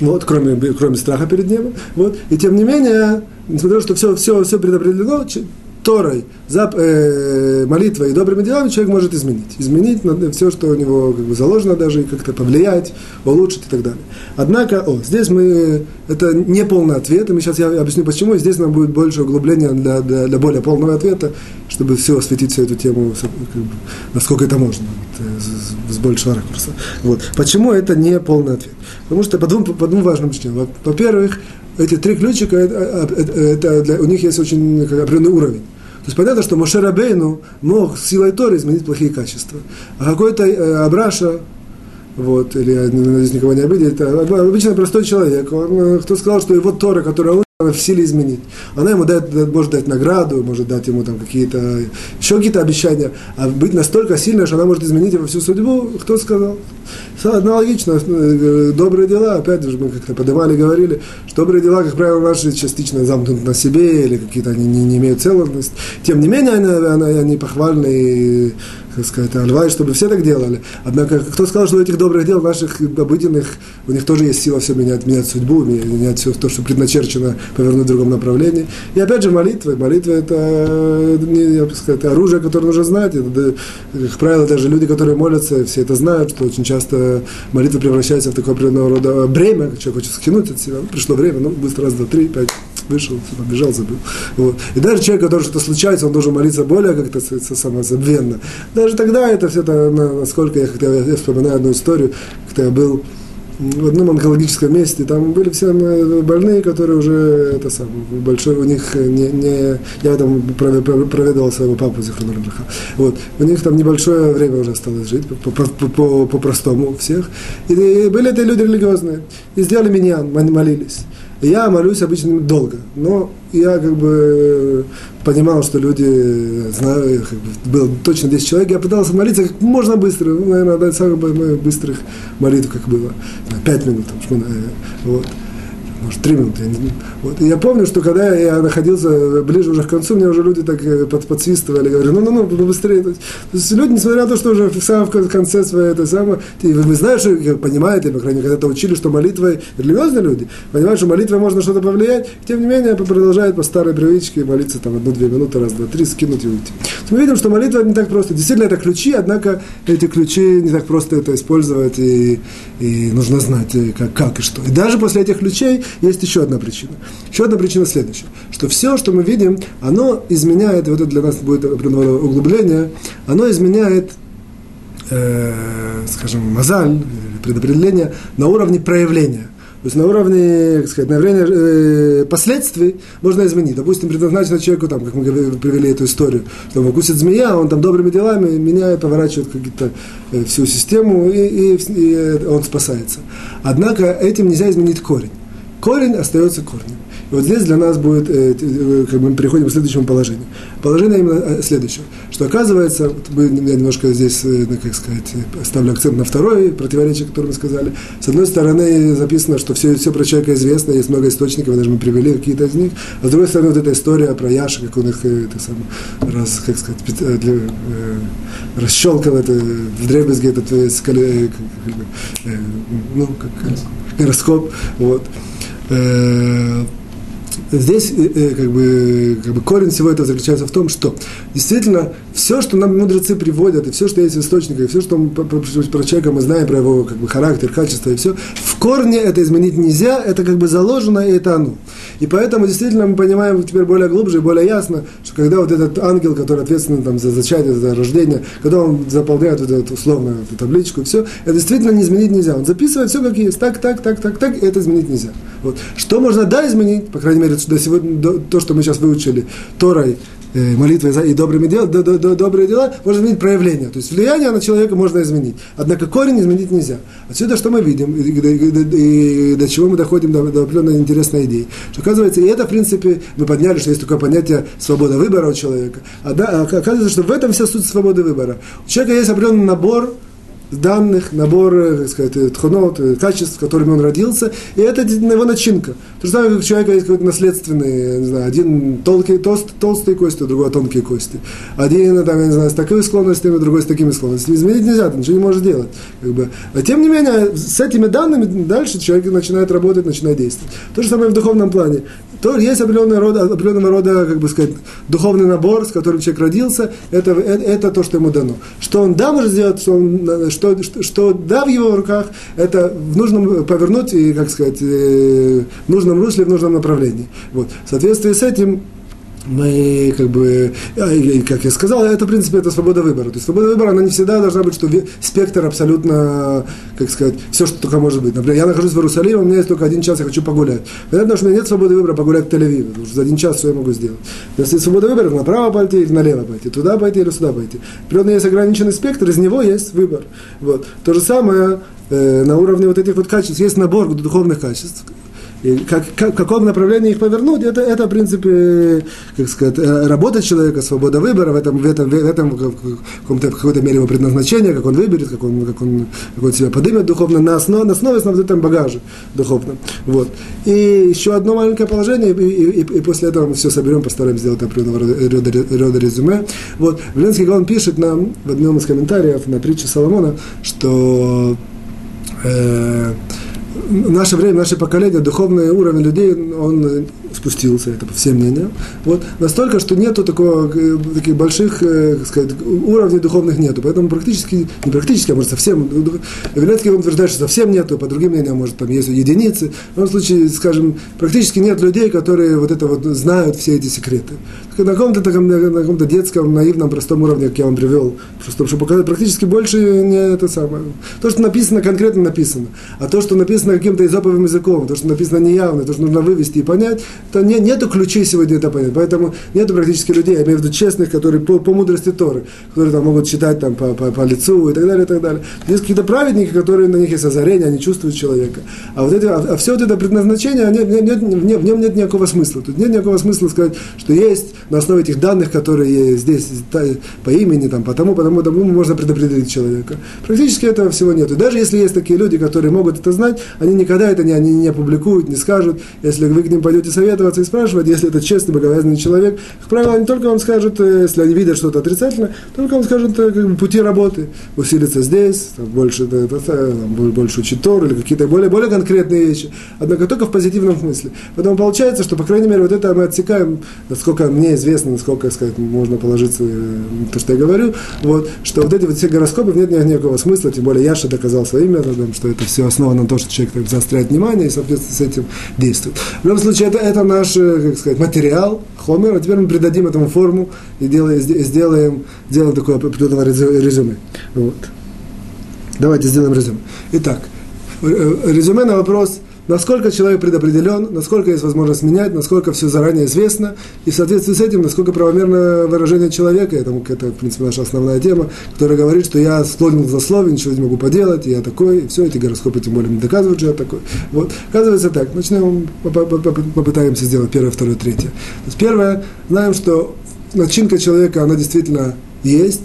вот, кроме, кроме страха перед небом. Вот. И тем не менее, несмотря на то, что все, все, все предопределено, Торой, зап, э, молитвой и добрыми делами человек может изменить. Изменить все, что у него как бы заложено, даже и как-то повлиять, улучшить и так далее. Однако, о, здесь мы, это не полный ответ, и мы сейчас я объясню почему, и здесь нам будет больше углубления для, для, для более полного ответа, чтобы все осветить всю эту тему, как бы, насколько это можно, вот, с, с большего ракурса. Вот. Почему это не полный ответ? Потому что по двум, по двум важным причинам. Во-первых, эти три ключика, это, это, это для, у них есть очень определенный уровень. То есть понятно, что Моше Рабейну мог силой Торы изменить плохие качества. А какой-то э, Абраша, вот, или, я надеюсь, никого не обидеть, это обычно простой человек, он, кто сказал, что его Тора, которая он в силе изменить. Она ему дает, может дать награду, может дать ему там какие-то, еще какие-то обещания, а быть настолько сильной, что она может изменить его всю судьбу, кто сказал? Аналогично, добрые дела, опять же, мы как-то поднимали, говорили, что добрые дела, как правило, наши частично замкнуты на себе, или какие-то они не, не имеют целостности. Тем не менее, они, они, они похвальны, и, как сказать, альвай, чтобы все так делали. Однако, кто сказал, что у этих добрых дел, наших обыденных, у них тоже есть сила все менять, менять судьбу, менять все то, что предначерчено, повернуть в другом направлении. И опять же, молитва. Молитва – это, я бы сказал, это оружие, которое нужно знать. Это, как правило, даже люди, которые молятся, все это знают, что очень часто молитва превращается в такое определенного рода бремя, человек хочет скинуть от себя, пришло время, ну, быстро, раз, два, три, пять, вышел, побежал, забыл. Вот. И даже человек, который что-то случается, он должен молиться более как-то самозабвенно. Даже тогда это все это, насколько я, как-то, я вспоминаю одну историю, когда я был в одном онкологическом месте, там были все больные, которые уже, это самое, большой, у них не, не я там проведывал своего папу, Зихрону Левраха, вот, у них там небольшое время уже осталось жить, по-простому у всех, и были это люди религиозные, и сделали миньян, молились. Я молюсь обычно долго, но я как бы понимал, что люди, знаю, как бы, было точно десять человек, я пытался молиться как можно быстрее, ну, наверное, одна из самых быстрых молитв, как было, пять минут, вот. Может, три минуты. Вот. И я помню, что когда я находился ближе уже к концу, мне уже люди так под, подсвистывали, говорили, ну-ну-ну, побыстрее. То есть люди, несмотря на то, что уже в самом конце своей, это самое, вы, вы знаете, понимаете, по крайней мере, когда-то учили, что молитвой, религиозные люди, понимают, что молитвой можно что-то повлиять, тем не менее, продолжают по старой привычке молиться там одну-две минуты, раз, два, три, скинуть и уйти. Мы видим, что молитва не так просто. Действительно, это ключи, однако эти ключи не так просто это использовать, и, и нужно знать, как, как и что. И даже после этих ключей есть еще одна причина. Еще одна причина следующая, что все, что мы видим, оно изменяет, и вот это для нас будет определенное углубление, оно изменяет, э, скажем, мазаль, предопределение на уровне проявления. То есть на уровне, как сказать, на уровне э, последствий можно изменить. Допустим, предназначено человеку, там, как мы привели эту историю, что он укусит змея, он там добрыми делами меняет, поворачивает как-то э, всю систему, и, и, и он спасается. Однако этим нельзя изменить корень. Корень остается корнем. И вот здесь для нас будет, э, как мы переходим к следующему положению. Положение именно следующее, что оказывается, вот мы, я немножко здесь, э, как сказать, ставлю акцент на второе противоречие, которое мы сказали. С одной стороны записано, что все, все про человека известно, есть много источников, даже мы привели какие-то из них. А с другой стороны, вот эта история про Яша, как он их, это самое, раз, как сказать, для, э, расщелкал это, вдребезги этот э, скали, э, э, ну, как гороскоп, вот. Здесь как бы, как бы корень всего этого заключается в том, что действительно все, что нам мудрецы приводят, и все, что есть в источниках, и все, что мы про, про человека мы знаем, про его как бы, характер, качество, и все, в корне это изменить нельзя, это как бы заложено, и это оно. И поэтому действительно мы понимаем теперь более глубже и более ясно, что когда вот этот ангел, который ответственен там, за зачатие, за рождение, когда он заполняет вот эту условную эту табличку, и все, это действительно не изменить нельзя. Он записывает все как есть, так, так, так, так, так, и это изменить нельзя. Вот. Что можно, да, изменить, по крайней мере, до сегодня, до, то, что мы сейчас выучили Торой, э, молитвой и добрыми дел, до, до, до, добрые дела, можно изменить проявление. То есть влияние на человека можно изменить. Однако корень изменить нельзя. Отсюда что мы видим, и, и, и, и до чего мы доходим до, до определенной интересной идеи. Что оказывается, и это, в принципе, мы подняли, что есть такое понятие свобода выбора у человека. А, да, оказывается, что в этом вся суть свободы выбора. У человека есть определенный набор данных, набор, так сказать, тхунот, качеств, с которыми он родился, и это его начинка. То же самое, как у человека есть какой-то наследственный, не знаю, один толстый, толст, толстые кости, другой тонкие кости. Один, там, я не знаю, с такими склонностями, другой с такими склонностями. Изменить нельзя, ты ничего не можешь делать. Как бы. А тем не менее, с этими данными дальше человек начинает работать, начинает действовать. То же самое в духовном плане. То есть определенного рода, определенного рода, как бы сказать, духовный набор, с которым человек родился, это, это, это то, что ему дано. Что он да может сделать, что, он, что, что, что да в его руках, это в нужном повернуть и, как сказать, в нужном русле, в нужном направлении. Вот. В соответствии с этим мы, как бы, как я сказал, это, в принципе, это свобода выбора. То есть свобода выбора, она не всегда должна быть, что спектр абсолютно, как сказать, все, что только может быть. Например, я нахожусь в Иерусалиме, у меня есть только один час, я хочу погулять. Понятно, что у меня нет свободы выбора погулять в Тель-Авиве, потому что за один час все я могу сделать. Если есть свобода выбора, направо пойти или налево пойти, туда пойти или сюда пойти. Природно есть ограниченный спектр, из него есть выбор. Вот. То же самое э, на уровне вот этих вот качеств, есть набор духовных качеств. И как, как, в каком направлении их повернуть, это, это, в принципе, как сказать, работа человека, свобода выбора, в этом, в этом, в этом в каком-то, в какой-то мере его предназначение, как он выберет, как он, как он, как он себя поднимет духовно, на основе, на основе на этом багаже духовном. Вот. И еще одно маленькое положение, и, и, и, и после этого мы все соберем, постараемся сделать определенного рода, рода резюме. Вот. Вленский Гаон пишет нам в одном из комментариев на притче Соломона, что э, в наше время, наше поколение, духовный уровень людей, он спустился, это по всем мнениям. Вот, настолько, что нету такого, таких больших, как сказать, уровней духовных нету. Поэтому практически, не практически, а может совсем, Виленский он утверждает, что совсем нету, по другим мнениям, может, там есть единицы. В любом случае, скажем, практически нет людей, которые вот это вот знают все эти секреты. На каком-то таком, на каком-то детском, наивном, простом уровне, как я вам привел, просто чтобы показать, практически больше не это самое. То, что написано, конкретно написано. А то, что написано каким-то изоповым языком, то, что написано неявно, то, что нужно вывести и понять, то не, нету ключей сегодня это понять. Поэтому нету практически людей, я имею в виду честных, которые по, по мудрости Торы, которые там могут читать там, по, по, по лицу и так далее, и так далее. Есть какие-то праведники, которые на них есть озарение, они чувствуют человека. А, вот эти, а, а все вот это предназначение, нет, нет, нет, в нем нет никакого смысла. Тут нет никакого смысла сказать, что есть на основе этих данных, которые здесь по имени, там, по тому, по тому, по тому, можно предопределить человека. Практически этого всего нет. И даже если есть такие люди, которые могут это знать, они никогда это не, они не опубликуют, не скажут. Если вы к ним пойдете советоваться и спрашивать, если это честный, богобоязненный человек, как правило, они только вам скажут, если они видят что-то отрицательное, только вам скажут как бы, пути работы, усилиться здесь, там, больше, там, больше учить Тору или какие-то более, более конкретные вещи. Однако только в позитивном смысле. Поэтому получается, что, по крайней мере, вот это мы отсекаем, насколько мне известно, насколько, сказать, можно положиться на то, что я говорю, вот, что вот эти вот все гороскопы нет никакого смысла, тем более Яша доказал своим методом, что это все основано на том, что человек так, заостряет внимание и, соответственно, с этим действует. В любом случае, это, это наш, как сказать, материал, хомер, а теперь мы придадим этому форму и делаем, сделаем, сделаем такое определенное резюме. Вот. Давайте сделаем резюме. Итак, резюме на вопрос, насколько человек предопределен, насколько есть возможность менять, насколько все заранее известно, и в соответствии с этим, насколько правомерно выражение человека, это, это в принципе, наша основная тема, которая говорит, что я склонен к злословию, ничего не могу поделать, я такой, и все, эти гороскопы тем более не доказывают, что я такой. Вот. Оказывается так, начнем, попытаемся сделать первое, второе, третье. То есть первое, знаем, что начинка человека, она действительно есть,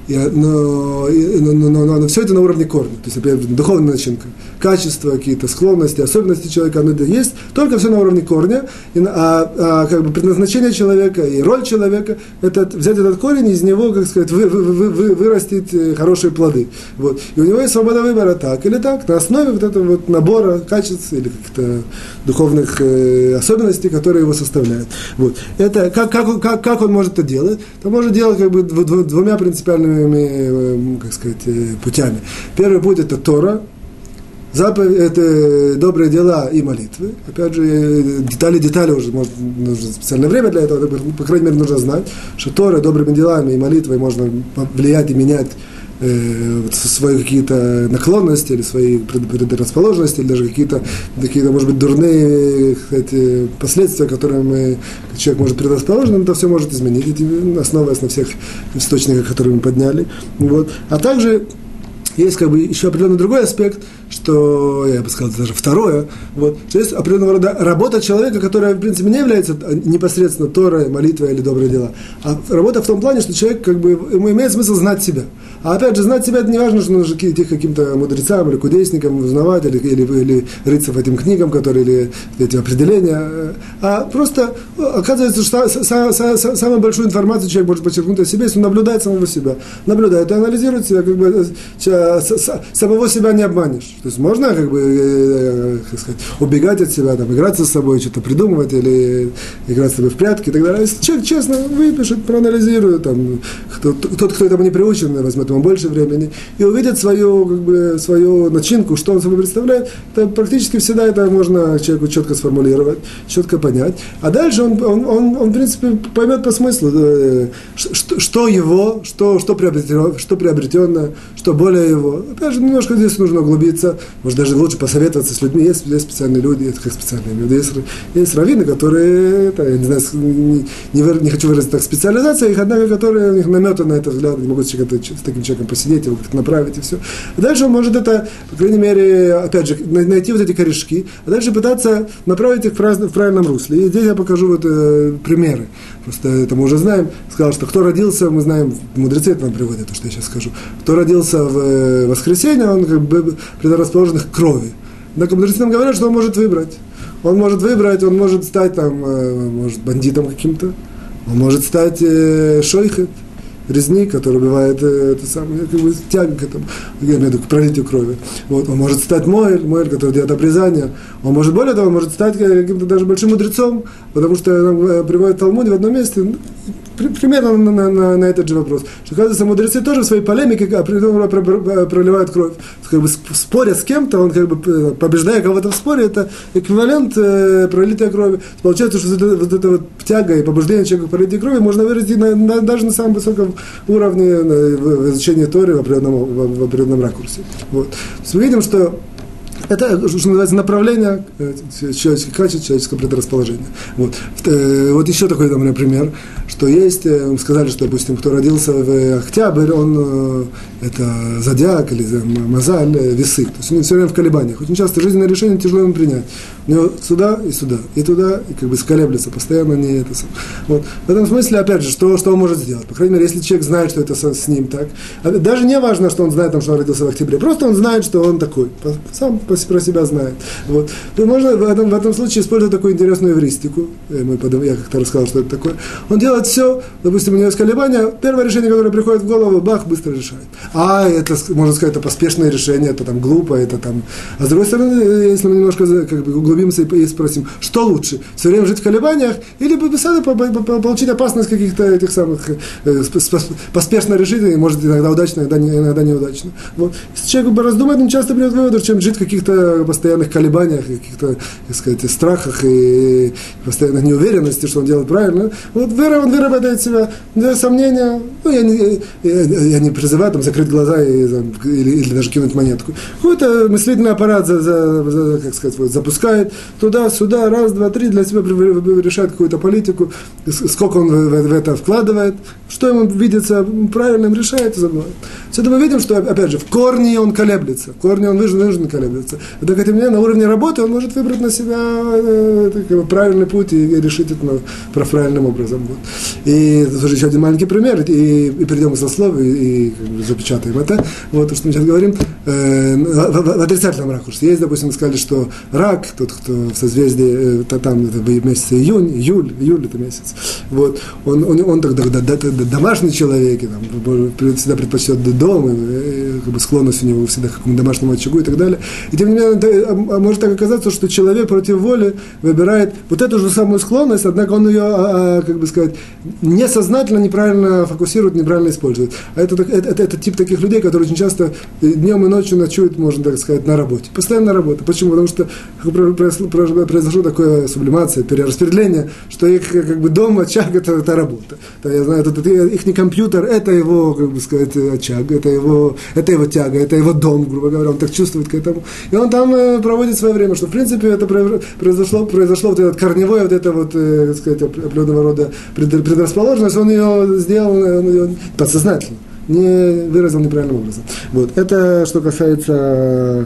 Но, но, но, но, но все это на уровне корня, то есть, например, духовная начинка, качества, какие-то склонности, особенности человека, оно есть, только все на уровне корня, и, а, а как бы предназначение человека и роль человека, это взять этот корень и из него, как сказать, вы, вы, вы, вы, вырастить хорошие плоды. Вот. И у него есть свобода выбора так или так, на основе вот этого вот набора качеств или каких-то духовных э, особенностей, которые его составляют. Вот. Это, как, как, как, как он может это делать? Он может делать как бы двумя принципиальными, как сказать, путями. Первый путь – это Тора, заповедь, это добрые дела и молитвы. Опять же, детали, детали уже, может, нужно специальное время для этого, по крайней мере, нужно знать, что Тора, добрыми делами и молитвой можно влиять и менять э, свои какие-то наклонности или свои предрасположенности, или даже какие-то, какие-то, может быть, дурные, кстати, последствия, которые мы, человек может предрасположен, это все может изменить, основываясь на всех источниках, которые мы подняли. Вот. А также есть как бы еще определенный другой аспект, что, я бы сказал, даже второе, вот, что есть определенного рода работа человека, которая, в принципе, не является непосредственно Торой, молитвой или добрые дела, а работа в том плане, что человек, как бы, ему имеет смысл знать себя. А опять же, знать себя, это не важно, что нужно идти к каким-то мудрецам или кудесникам узнавать, или, или, или рыться в этим книгам, которые, или эти определения, а просто оказывается, что са, са, са, самую большую информацию человек может подчеркнуть о себе, если он наблюдает самого себя, наблюдает и анализирует себя, как бы, самого себя не обманешь. То есть можно, как бы, э, как сказать, убегать от себя, там, играться с собой, что-то придумывать или играть с собой в прятки и так далее. Если человек честно выпишет, проанализирует, там, кто, тот, кто этому не приучен, возьмет ему больше времени и увидит свою, как бы, свою начинку, что он собой представляет, то практически всегда это можно человеку четко сформулировать, четко понять. А дальше он, он, он, он в принципе, поймет по смыслу, э, что, что его, что, что, приобретено, что приобретенное, что более его. Опять же, немножко здесь нужно углубиться, может даже лучше посоветоваться с людьми. Есть, есть специальные люди, есть как специальные люди, есть, есть раввины, которые, это, я не знаю, не, не, не хочу выразить так, специализация их, однако, которые у них наметаны на этот взгляд, не могут с, с таким человеком посидеть, его как-то направить и все. А дальше он может это, по крайней мере, опять же, найти вот эти корешки, а дальше пытаться направить их в, раз, в правильном русле. И здесь я покажу вот э, примеры. Просто это мы уже знаем. Сказал, что кто родился, мы знаем, мудрецы это нам приводят, то, что я сейчас скажу. Кто родился в воскресенье, он как бы предрасположен к крови. Так мудрецы нам говорят, что он может выбрать. Он может выбрать, он может стать там, может, бандитом каким-то, он может стать э, шойхет, резник, который убивает э, это самое, как бы, тягу к этому, я имею в виду, к пролитию крови. Вот. Он может стать моэль, моэль, который делает обрезание. Он может, более того, он может стать каким-то даже большим мудрецом, потому что нам приводит в Талмуде в одном месте, примерно на, на, на, на этот же вопрос, что, оказывается, мудрецы тоже в своей полемике проливают кровь. Как бы споря с кем-то, он как бы побеждая кого-то в споре, это эквивалент э, пролитой крови. Получается, что вот эта вот, это вот тяга и побуждение человека к пролитию крови можно выразить на, на, даже на самом высоком уровне на, в, в изучении Торы в определенном, в, в определенном ракурсе. Вот. Мы видим, что это, что называется, направление человеческих качеств, человеческого предрасположения. Вот. Вот еще такой, например, пример, что есть, мы сказали, что, допустим, кто родился в октябрь, он, это зодиак или мазаль, весы, то есть он все время в колебаниях. Очень часто жизненное решение тяжело ему принять. У него сюда и сюда, и туда, и как бы сколеблется, постоянно не это. Вот. В этом смысле, опять же, что, что он может сделать? По крайней мере, если человек знает, что это с, с ним так, даже не важно, что он знает, там, что он родился в октябре, просто он знает, что он такой, сам про себя знает. Вот. То можно в этом, в этом случае использовать такую интересную эвристику. Я как-то рассказал, что это такое. Он делает все, допустим, у него есть колебания, первое решение, которое приходит в голову, бах, быстро решает. А это, можно сказать, это поспешное решение, это там глупо, это там... А с другой стороны, если мы немножко как бы углубимся и спросим, что лучше, все время жить в колебаниях или получить опасность каких-то этих самых поспешно решить, и может иногда удачно, иногда, не, иногда неудачно. Вот. Если человек раздумает, он часто придет к выводу, чем жить в каких-то постоянных колебаниях, каких-то, так сказать, страхах и постоянной неуверенности, что он делает правильно. Вот вера, он выработает себя, сомнения, ну, я не, я, я не призываю там закрыть глаза и, или, или даже кинуть монетку. Какой-то мыслительный аппарат за, за, за, как сказать, вот, запускает туда-сюда, раз, два, три, для себя решает какую-то политику, сколько он в, в, в это вкладывает, что ему видится правильным, решает и забывает. Все это мы видим, что, опять же, в корне он колеблется, в корне он вынужден колеблется. Так тем не менее, на уровне работы он может выбрать на себя э, как бы, правильный путь и, и решить это ну, правильным образом. Вот. И тоже еще один маленький пример, и, и перейдем к сословию, и, и как бы, запечатаем это. Вот то, что мы сейчас говорим, э, в, в, в отрицательном ракурсе. Есть, допустим, мы сказали, что рак, тот, кто в созвездии, э, там это месяц июнь, июль, июль это месяц, вот, он, он, он тогда да, да, да, домашний человек, и, там, всегда предпочтет дом, и, и как бы, склонность у него всегда к какому-то домашнему очагу и так далее. И тем не менее, а может так оказаться, что человек против воли выбирает вот эту же самую склонность, однако он ее, а, как бы сказать, несознательно, неправильно фокусирует, неправильно использует. А это, это, это, это тип таких людей, которые очень часто днем и ночью ночуют, можно так сказать, на работе. Постоянно работа. Почему? Потому что произошло такое сублимация, перераспределение, что их как бы дом, очаг – это, это работа. Это, я знаю, это, это, их не компьютер, это его, как бы сказать, очаг, это его, это его тяга, это его дом, грубо говоря, он так чувствует к этому. И он там э, проводит свое время, что в принципе это произошло, произошло вот это корневое, вот это вот, э, так сказать, определенного рода предрасположенность, он ее сделал он ее подсознательно. не выразил неправильным образом. Вот. Это что касается...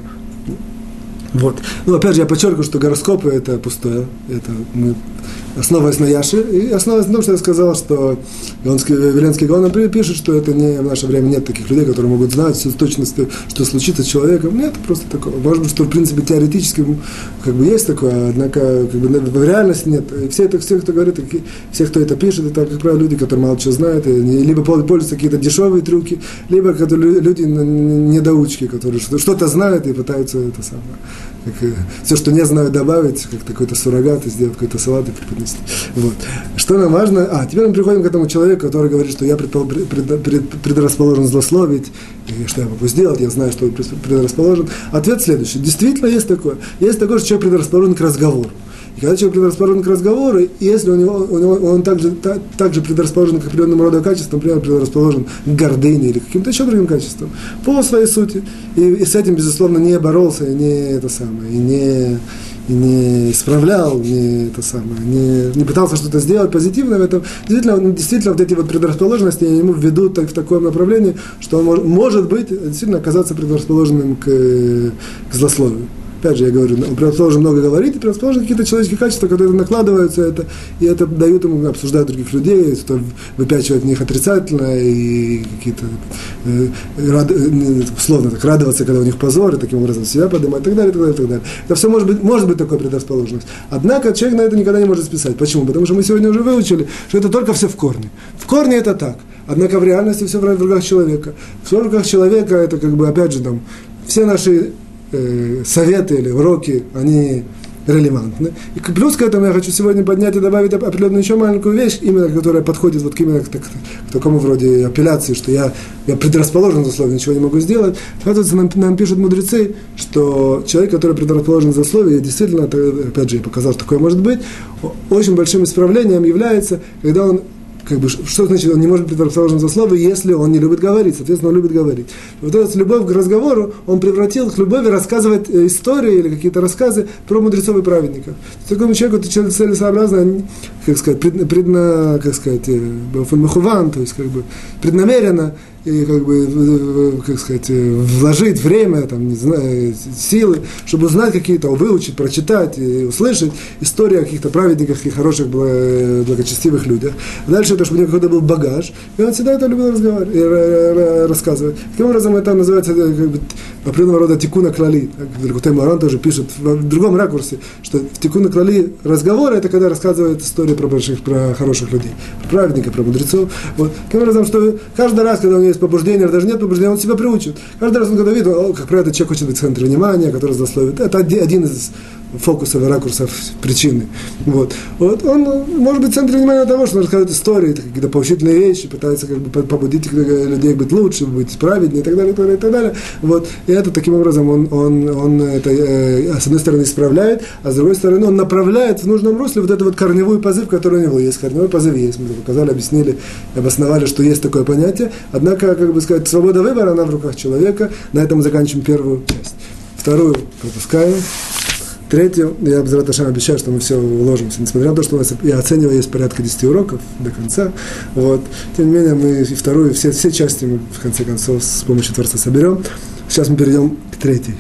Вот. Ну, опять же, я подчеркиваю, что гороскопы – это пустое. Это мы основываясь на Яше, и основываясь на том, что я сказал, что Веленский Гаон пишет, что это не, в наше время нет таких людей, которые могут знать с точностью, что случится с человеком. Нет, просто такое. Может быть, что в принципе теоретически как бы есть такое, однако как бы, в реальности нет. И все, это, все, кто говорит, все, кто это пишет, это, как правило, люди, которые мало чего знают, и либо пользуются какие-то дешевые трюки, либо люди недоучки, которые что-то знают и пытаются это самое. Как, все, что не знаю, добавить, как какой-то суррогат, и сделать какой-то салат и преподнести. Вот. Что нам важно? А, теперь мы приходим к этому человеку, который говорит, что я предрасположен злословить, и что я могу сделать, я знаю, что я предрасположен. Ответ следующий. Действительно есть такое. Есть такое, что человек предрасположен к разговору. И когда человек предрасположен к разговору, если у него, у него, он также, так, также предрасположен к определенному роду качествам, например, предрасположен к гордыне или каким-то еще другим качествам, по своей сути, и, и с этим, безусловно, не боролся, и не это самое, и не, и не исправлял, не это самое, не, не пытался что-то сделать позитивное в этом, действительно, действительно вот эти вот предрасположенности ему ведут в такое направление, что он может, может быть, действительно оказаться предрасположенным к, к злословию. Опять же, я говорю, он предрасположен много говорит, и предрасположен какие-то человеческие качества, которые накладываются, это, и это дают ему обсуждать других людей, выпячивать в них отрицательно, и какие-то, э, рад, э, условно так, радоваться, когда у них позор, и таким образом себя поднимать, и так далее, и так далее, и так далее. Это все может быть, может быть такой предрасположенность. Однако человек на это никогда не может списать. Почему? Потому что мы сегодня уже выучили, что это только все в корне. В корне это так. Однако в реальности все в руках человека. Все в руках человека, это как бы, опять же, там, все наши советы или уроки, они релевантны. И плюс к этому я хочу сегодня поднять и добавить определенную еще маленькую вещь, именно которая подходит вот к, именно к, к, к такому вроде апелляции, что я, я предрасположен, условно, ничего не могу сделать. Оказывается, нам, нам пишут мудрецы, что человек, который предрасположен за слове, действительно, опять же, я показал, что такое может быть, очень большим исправлением является, когда он как бы, что значит, он не может быть предрасположен за слово, если он не любит говорить, соответственно, он любит говорить. Вот эта любовь к разговору он превратил к любови рассказывать истории или какие-то рассказы про мудрецов и праведников. Такому человеку это целесообразно, как сказать, предна, как сказать, махуван, то есть как бы преднамеренно и как бы, как сказать, вложить время, там, не знаю, силы, чтобы узнать какие-то, выучить, прочитать и услышать истории о каких-то праведниках и хороших, благочестивых людях. Дальше это, чтобы у него какой-то был багаж, и он всегда это любил разговаривать, рассказывать. Таким образом, это называется как бы, определенного рода тикуна клали. Ликутей Моаран тоже пишет в другом ракурсе, что в тикуна клали разговоры, это когда рассказывают истории про больших, про хороших людей, про праведников, про мудрецов. Вот. Таким образом, что каждый раз, когда у него есть побуждение, даже нет побуждения, он себя приучит. Каждый раз он когда видит, о, как правило, человек хочет быть в центре внимания, который злословит. Это один из фокусов и ракурсов причины. Вот. Вот он может быть в центре внимания того, что он рассказывает истории, какие-то поучительные вещи, пытается как бы побудить людей быть лучше, быть праведнее и так далее, и так далее, и так далее. Вот. И это таким образом он, он, он это, э, с одной стороны исправляет, а с другой стороны он направляет в нужном русле вот эту вот корневую позыв, который у него есть. Корневой позыв есть. Мы показали, объяснили, обосновали, что есть такое понятие. Однако, как бы сказать, свобода выбора, она в руках человека. На этом мы заканчиваем первую часть. Вторую пропускаем. Третью, я Б'эзрат Ашем обещаю, что мы все уложимся, несмотря на то, что у нас, я оцениваю, есть порядка десяти уроков до конца, вот. Тем не менее, мы и вторую, все, все части мы, в конце концов, с помощью Творца соберем. Сейчас мы перейдем к третьей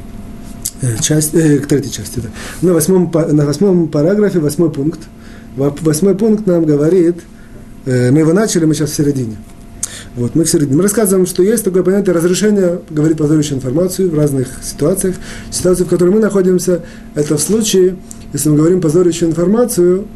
э, части, э, к третьей части, да. На восьмом, на восьмом параграфе, восьмой пункт. Восьмой пункт нам говорит, э, мы его начали, мы сейчас в середине. Вот, мы в середине. Мы рассказываем, что есть такое понятие разрешения говорить позорящую информацию в разных ситуациях. Ситуация, в которой мы находимся, это в случае, если мы говорим позорящую информацию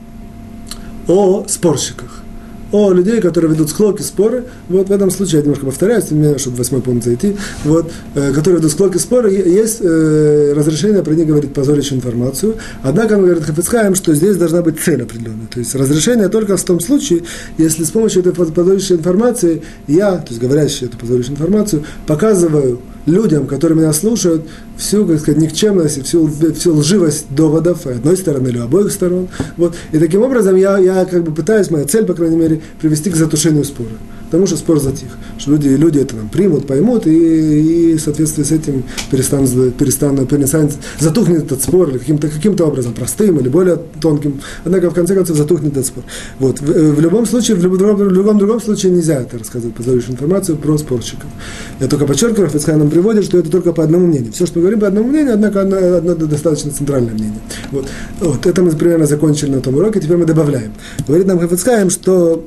о спорщиках, о людей, которые ведут склоки, споры. Вот в этом случае, я немножко повторяюсь, чтобы в восьмой пункт зайти, вот, э, которые ведут склоки, споры, есть э, разрешение про них говорить позорящую информацию. Однако, он говорит Хафец Хаим, что здесь должна быть цель определенная. То есть разрешение только в том случае, если с помощью этой позорящей информации я, то есть говорящий эту позорящую информацию, показываю людям, которые меня слушают, всю, как сказать, никчемность, всю, всю лживость доводов одной стороны или обоих сторон. Вот. И таким образом я, я как бы пытаюсь, моя цель, по крайней мере, привести к затушению спора. потому что спор затих. Что люди, люди это там примут, поймут, и, и в соответствии с этим перестанут, перестанут, перестанут, затухнет этот спор или каким-то, каким-то образом, простым или более тонким. Однако, в конце концов, затухнет этот спор. Вот. В, в любом случае, в любом, в любом другом случае нельзя это рассказывать, позорящую информацию про спорщиков. Я только подчеркиваю, Хафец Хаим нам приводит, что это только по одному мнению. Все, что мы говорим по одному мнению, однако одно, одно достаточно центральное мнение. Вот. Вот. Это мы примерно закончили на том уроке, теперь мы добавляем. Говорит нам Хафец Хаим, что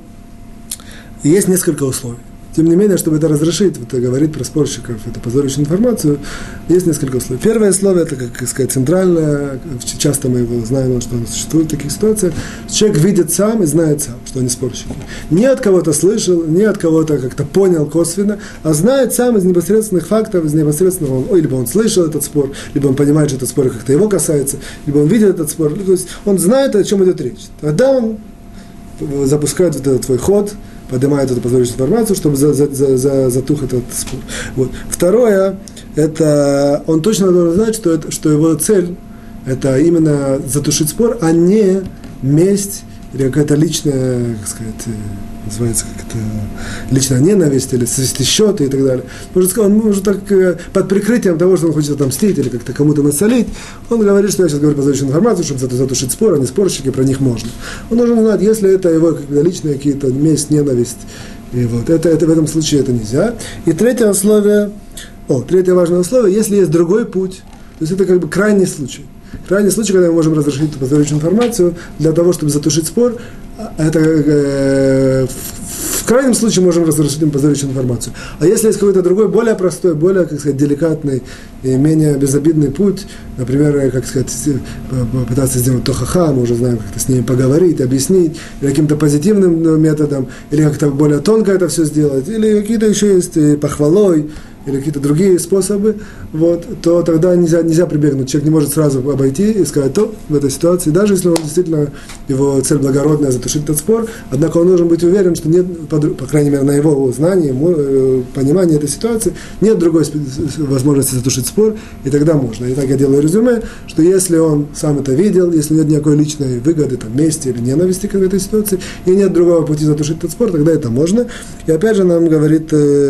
есть несколько условий. Тем не менее, чтобы это разрешить, вот говорит про спорщиков, это позорящую информацию, есть несколько условий. Первое условие, это, как сказать, центральное, часто мы его знаем, что оно существует в таких ситуациях, человек видит сам и знает сам, что они спорщики. Не от кого-то слышал, не от кого-то как-то понял косвенно, а знает сам из непосредственных фактов, из непосредственного, ой, либо он слышал этот спор, либо он понимает, что этот спор как-то его касается, либо он видит этот спор, то есть он знает, о чем идет речь. Тогда он запускает вот этот твой ход, поднимает эту позорящую информацию, чтобы за, за, за, за, затух этот спор. Вот. Второе, это он точно должен знать, что, это, что его цель это именно затушить спор, а не месть или какая-то личная, как сказать, называется как-то личная ненависть или свести счеты и так далее. Может, он может так под прикрытием того, что он хочет отомстить или как-то кому-то насолить, он говорит, что я сейчас говорю позорящую информацию, чтобы затушить спор, они спорщики, про них можно. Он должен знать, если это его как-то личная какие-то месть, ненависть, и вот, это, это, в этом случае это нельзя. И третье условие, о, третье важное условие, если есть другой путь, то есть это как бы крайний случай. Крайний случай, когда мы можем разрешить эту позорящую информацию для того, чтобы затушить спор, это э, в, в крайнем случае можем разрешить им позорящую информацию. А если есть какой-то другой, более простой, более, как сказать, деликатный и менее безобидный путь, например, как сказать, попытаться сделать тохаха, мы уже знаем, как-то с ними поговорить, объяснить, или каким-то позитивным методом, или как-то более тонко это все сделать, или какие-то еще есть похвалой, или какие-то другие способы, вот, то тогда нельзя, нельзя прибегнуть. Человек не может сразу обойти и сказать, то в этой ситуации, даже если он действительно, его цель благородная затушить этот спор, однако он должен быть уверен, что нет, по, по крайней мере, на его знании, понимании этой ситуации, нет другой возможности затушить спор, и тогда можно. И так я делаю резюме, что если он сам это видел, если нет никакой личной выгоды, там, мести или ненависти к этой ситуации, и нет другого пути затушить этот спор, тогда это можно. И опять же нам говорит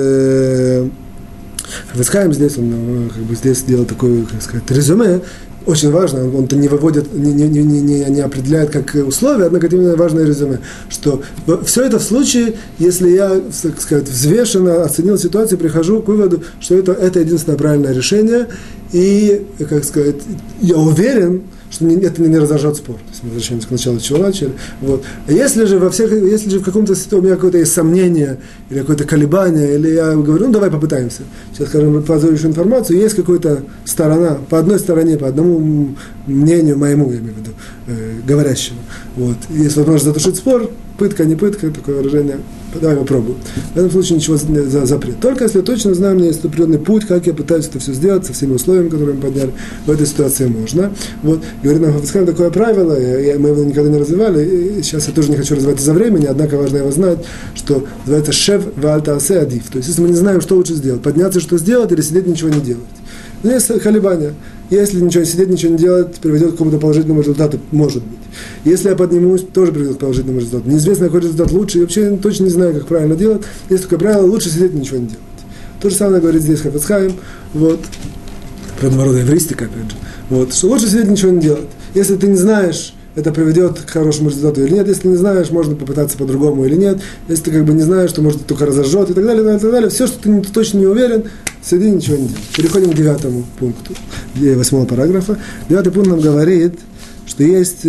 э, Хафец Хаим здесь, он как бы здесь делает такое, как сказать, резюме, очень важно, он, он не выводит, не, не, не, не, не определяет как условия, однако это именно важное резюме, что все это в случае, если я, так сказать, взвешенно оценил ситуацию, прихожу к выводу, что это, это единственное правильное решение, и, как сказать, я уверен, что это не разожжет спор. То есть мы возвращаемся к началу, чего начали. Вот. А если же во всех, если же в каком-то ситуации у меня какое-то есть сомнение, или какое-то колебание, или я говорю, ну давай попытаемся. Сейчас, скажем, позорящую информацию, есть какая-то сторона, по одной стороне, по одному мнению моему, я имею в виду, э, говорящему. Вот. Есть возможность затушить спор, пытка, не пытка, такое выражение. Давай попробуем. В этом случае ничего за запрет. Только если точно знаем, у меня есть определенный путь, как я пытаюсь это все сделать, со всеми условиями, которые мы подняли, в этой ситуации можно. Вот. Говорит нам Хафец Хаим такое правило, я, мы его никогда не развивали, и сейчас я тоже не хочу развивать из-за времени, однако важно его знать, что называется «шев ваальта асе адив». То есть, если мы не знаем, что лучше сделать, подняться, что сделать, или сидеть, ничего не делать. Но есть колебания. Если ничего сидеть, ничего не делать, приведет к какому-то положительному результату, может быть. Если я поднимусь, тоже приведет к положительному результату. Неизвестно, какой результат лучше, и вообще точно не знаю, как правильно делать. Есть такое правило, лучше сидеть и ничего не делать. То же самое говорит здесь Хафец Хаим, вот, про народная эвристика, опять же, вот, что лучше сидеть и ничего не делать. Если ты не знаешь, это приведет к хорошему результату или нет. Если не знаешь, можно попытаться по-другому или нет. Если ты как бы не знаешь, то может это только разожжет и так далее, и так далее. Все, что ты не, точно не уверен, сиди и ничего не делай. Переходим к девятому пункту, восьмого параграфа. Девятый пункт нам говорит, что есть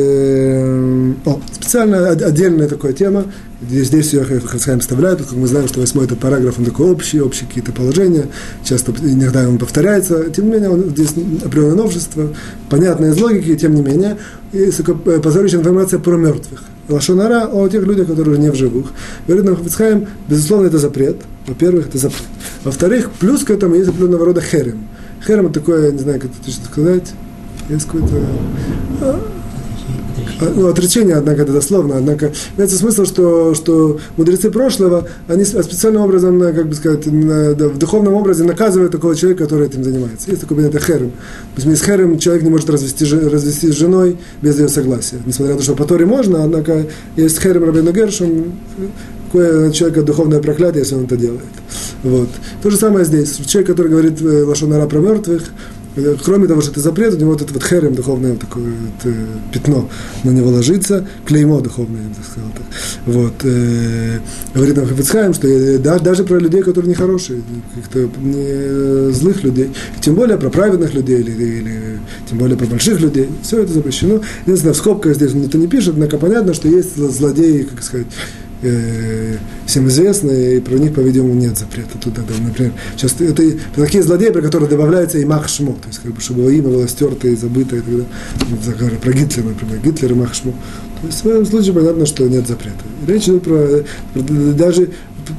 э, о, специально отдельная такая тема. Здесь, здесь ее Хафец Хаим вставляет, как мы знаем, что восьмой этот параграф, он такой общий, общие какие-то положения, часто иногда он повторяется, тем не менее, он, здесь определенное новшество, понятное из логики, тем не менее, есть позорящая информация про мертвых. Лашон ара о тех людях, которые уже не в живых. Говорит нам Хафец Хаим, безусловно, это запрет. Во-первых, это запрет. Во-вторых, плюс к этому есть определенного рода херем. Херем это такое, не знаю, как это точно сказать, есть какой-то... Ну, отречение, однако, это дословно, однако, имеется смысл, что, что мудрецы прошлого, они специальным образом, как бы сказать, в духовном образе наказывают такого человека, который этим занимается. Есть такой понятие херем. То есть, с херем человек не может развести, развести с женой без ее согласия. Несмотря на то, что по Торе можно, однако есть херем Рабейну Гершом, какое на человека духовное проклятие, если он это делает. Вот. То же самое здесь. Человек, который говорит лашон ара про мертвых, кроме того, что это запрет, у него вот это вот херем, духовное вот такое вот, э, пятно на него ложится, клеймо духовное, я бы так сказал. Так. Вот, э, говорит нам Хафец Хаим, что э, да, даже про людей, которые нехорошие, каких-то не злых людей, тем более про праведных людей, или, или тем более про больших людей, все это запрещено. Единственное, в скобках здесь он это не пишет, однако понятно, что есть злодеи, как сказать, всем известно, и про них, по-видимому, нет запрета. Тут, например, часто, это такие злодеи, про которые добавляется и Мах Шмо, то есть, как бы, чтобы его имя было стерто и забыто, и тогда, вот, про Гитлера, например, Гитлер и Мах Шмо. То есть, в этом случае понятно, что нет запрета. Речь идет про, про даже,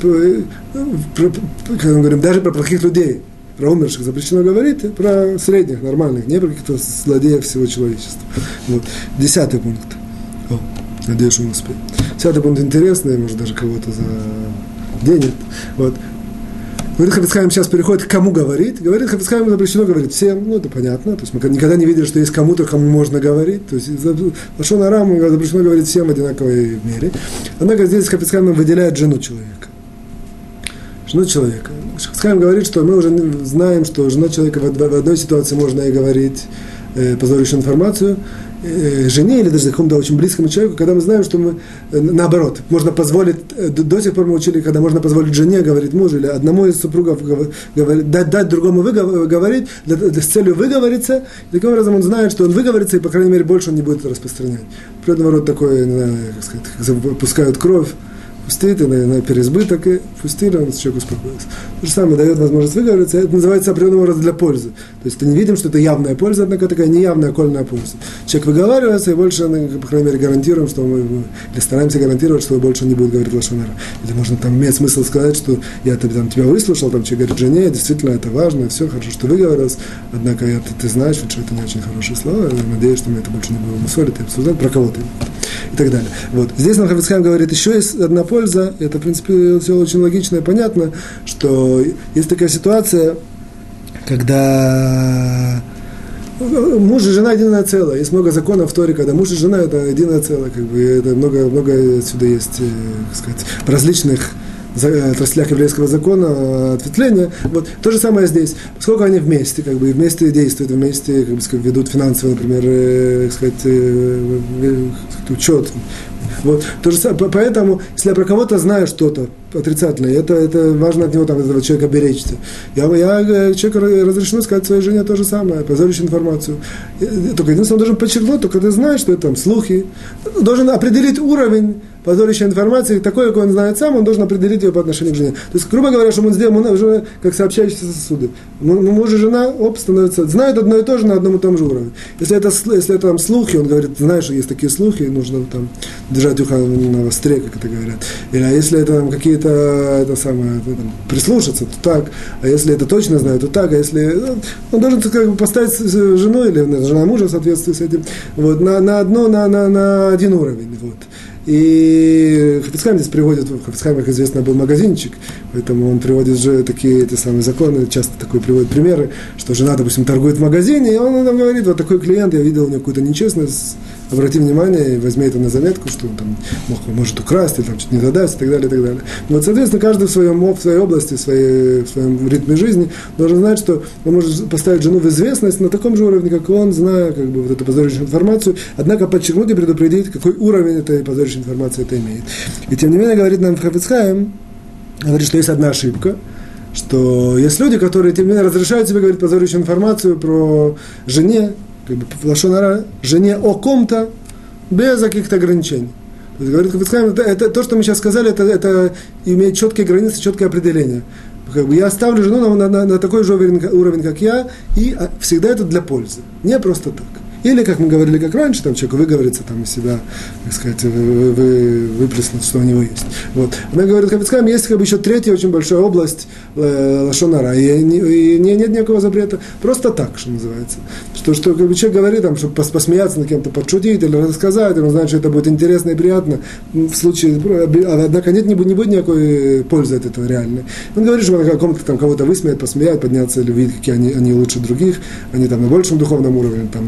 про, как мы говорим, даже про плохих людей, про умерших запрещено говорить, и про средних, нормальных, не про каких-то злодеев всего человечества. Вот. Десятый пункт. О, надеюсь, что он успеет. Десятый пункт интересный, может, даже кого-то заденет. Вот. Говорит Хафец Хаим, сейчас переходит к кому говорить. Говорит Хафец Хаим, запрещено говорить всем, ну это понятно. То есть мы никогда не видели, что есть кому-то, кому можно говорить. То есть лашон ара запрещено говорить всем в одинаковой мере. Однако здесь Хафец Хаим выделяет жену человека. Жену человека. Хафец Хаим говорит, что мы уже знаем, что жена человека в одной ситуации можно и говорить э, позорящую информацию, жене или даже какому-то очень близкому человеку, когда мы знаем, что мы, наоборот, можно позволить, до сих пор мы учили, когда можно позволить жене говорить мужу или одному из супругов говорить, дать, дать другому выговорить, для, для, с целью выговориться, и таким образом он знает, что он выговорится, и, по крайней мере, больше он не будет это распространять. Примерно вот такое, не знаю, как сказать, пускают кровь, пустит, и на, на переизбыток, и пустили, он человек успокоился. То же самое дает возможность выговориться, это называется определенного рода для пользы. То есть, это не видим, что это явная польза, однако такая неявная окольная польза. Человек выговаривается, и больше, по крайней мере, гарантируем, что мы, или стараемся гарантировать, что больше не будет говорить лашон ара. Или можно там иметь смысл сказать, что я там, тебя выслушал, там человек говорит жене, действительно это важно, все, хорошо, что выговорилась, однако я, ты, ты знаешь, что это не очень хорошие слова, я надеюсь, что мы это больше не будем мусолить и обсуждать, про кого ты, и так далее. Вот. Здесь нам Хафец Хаим говорит, еще есть одна польза, это, в принципе, все очень логично и понятно, что есть такая ситуация, когда муж и жена единое целое. Есть много законов в Торе, когда муж и жена это единое целое. Как бы, это много, много отсюда есть, как сказать, в различных отраслях еврейского закона ответвления. Вот. То же самое здесь. Поскольку они вместе, как бы, и вместе действуют, вместе как бы, сказать, ведут финансовый, например, э, сказать, э, э, учет. Вот. То же самое, поэтому, если я про кого-то знаю что-то отрицательное, это, это важно от него, там, этого человека беречься. Я, я человеку разрешено сказать своей жене то же самое, позорящую информацию. Только единственное, он должен подчеркнуть, только ты знаешь, что это там слухи. Должен определить уровень позорящей информации, такой, какой он знает сам, он должен определить ее по отношению к жене. То есть, грубо говоря, что он сделал, он уже как сообщающиеся сосуды. Муж и жена, оп, становятся, знают одно и то же на одном и том же уровне. Если это, если это там слухи, он говорит, знаешь, что есть такие слухи, нужно там держать ухо на востре, как это говорят. Или, а если это там какие-то, это самое, это, там, прислушаться, то так. А если это точно знаю, то так. А если, ну, он должен как бы поставить жену или жена мужа в соответствии с этим, вот, на, на одно, на, на, на один уровень, вот. И Хафец Хаим здесь приводит, в Хафец Хаимах известно был магазинчик, поэтому он приводит же такие эти самые законы, часто такой приводит примеры, что жена, допустим, торгует в магазине, и он нам говорит, вот такой клиент, я видел у него какую-то нечестность, обрати внимание и возьми это на заметку, что он там мог, может украсть или там что-то не додаст и так далее, и так далее. Вот, соответственно, каждый в, своем, в своей области, в, своей, в своем ритме жизни должен знать, что он может поставить жену в известность на таком же уровне, как он, зная как бы, вот эту позорящую информацию, однако подчеркнуть и предупредить, какой уровень этой позорящей информации это имеет. И тем не менее, говорит нам Хафец Хаим, говорит, что есть одна ошибка, что есть люди, которые, тем не менее, разрешают себе говорить позорящую информацию про жене, как бы, лашон ара, жене о ком-то, без каких-то ограничений. То есть, говорит Хафец Хаим, это, это, то, что мы сейчас сказали, это, это имеет четкие границы, четкое определение. Как бы я ставлю жену на, на, на такой же уровень, уровень, как я, и всегда это для пользы, не просто так. Или, как мы говорили, как раньше, там человек выговорится там из себя, так сказать, вы, вы, выплеснуть, что у него есть. Вот. Она говорит, Хафец Хаим, есть как бы еще третья очень большая область э, лашон ара, и, и, и нет никакого запрета, просто так, что называется. Что, что как бы, человек говорит, там, чтобы посмеяться над кем-то, подшутить или рассказать, он знает, что это будет интересно и приятно, в случае, однако нет, не будет, не будет никакой пользы от этого реальной. Он говорит, что он кому-то там кого-то высмеет, посмеять, подняться или видеть, какие они, они лучше других, они там на большем духовном уровне, там на большем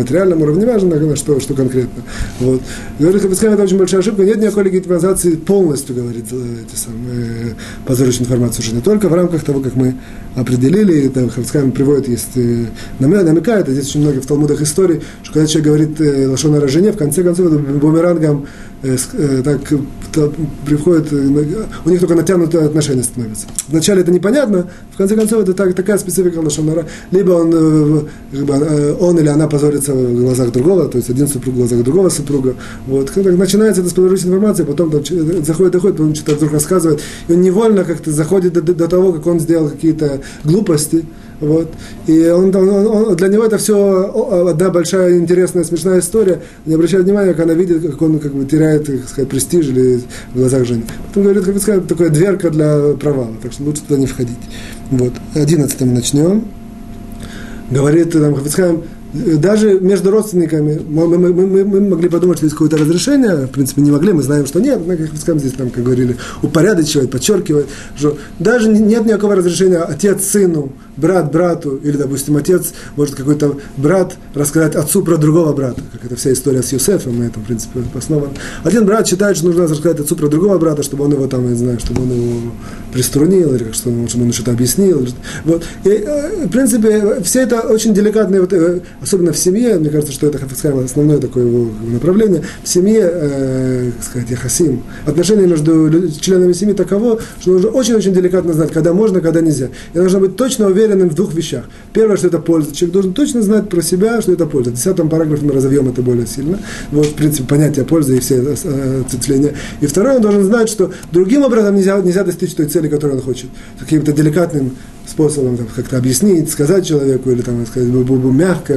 материальном уровне, не важно, на что, что конкретно. Вот. Говорит, Хафец Хаим, это очень большая ошибка, нет никакой легитимизации полностью, говорит, эти самые, позорящую информацию, уже не только в рамках того, как мы определили, это Хафец Хаим приводит, есть, намекает, а здесь очень много в Талмудах историй, что когда человек говорит лашон ара жене, в конце концов, это бумерангом э, э, так то, приходит, э, у них только натянутые отношения становятся. Вначале это непонятно, в конце концов, это так, такая специфика лашон ара. Либо он, э, э, он или она позорится в глазах другого, то есть один супруг в глазах другого супруга. Вот. Когда начинается это с позорящей информации, потом там, заходит, доходит, потом что-то вдруг рассказывает, и он невольно как-то заходит до, до того, как он сделал какие-то глупости. Вот. И он, он, он, для него это все одна большая интересная, смешная история. Не обращает внимания, как она видит, как он как бы, теряет, так сказать, престиж или в глазах жены. Потом говорит, как сказать, такая дверка для провала, так что лучше туда не входить. Вот. Одиннадцатым мы начнем. Говорит там Хафец Хаим, даже между родственниками мы, мы, мы, мы могли подумать, что есть какое-то разрешение, в принципе, не могли, мы знаем, что нет, но, как здесь, там, как говорили, упорядочивает, подчеркивает, что даже нет никакого разрешения отец сыну, брат брату, или, допустим, отец, может, какой-то брат рассказать отцу про другого брата, как это вся история с Йосефом, на этом, в принципе, основан. Один брат считает, что нужно рассказать отцу про другого брата, чтобы он его там, я не знаю, чтобы он его приструнил, или чтобы он что-то объяснил. Вот. И, в принципе, все это очень деликатные, вот, особенно в семье, мне кажется, что это Хафец Хаим основное такое его направление, в семье, э, как сказать, яхасим, отношения между членами семьи таково, что нужно очень-очень деликатно знать, когда можно, когда нельзя. И нужно быть точно уверенным в двух вещах. Первое, что это польза. Человек должен точно знать про себя, что это польза. В десятом параграфе мы разовьем это более сильно. Вот, в принципе, понятие пользы и все ответвления. И второе, он должен знать, что другим образом нельзя, нельзя достичь той цели, которую он хочет. Каким-то деликатным способом там, как-то объяснить, сказать человеку, или там, сказать, мягко.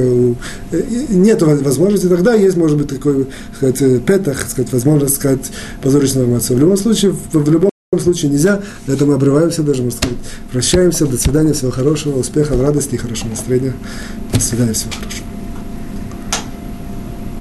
Нет возможности, тогда есть, может быть, такой, сказать, петах, сказать, возможность сказать позорищную информацию. В любом случае, в, в любом В любом случае нельзя, на этом мы обрываемся даже, можно сказать, прощаемся, до свидания, всего хорошего, успехов, радости и хорошего настроения. До свидания, всего хорошего.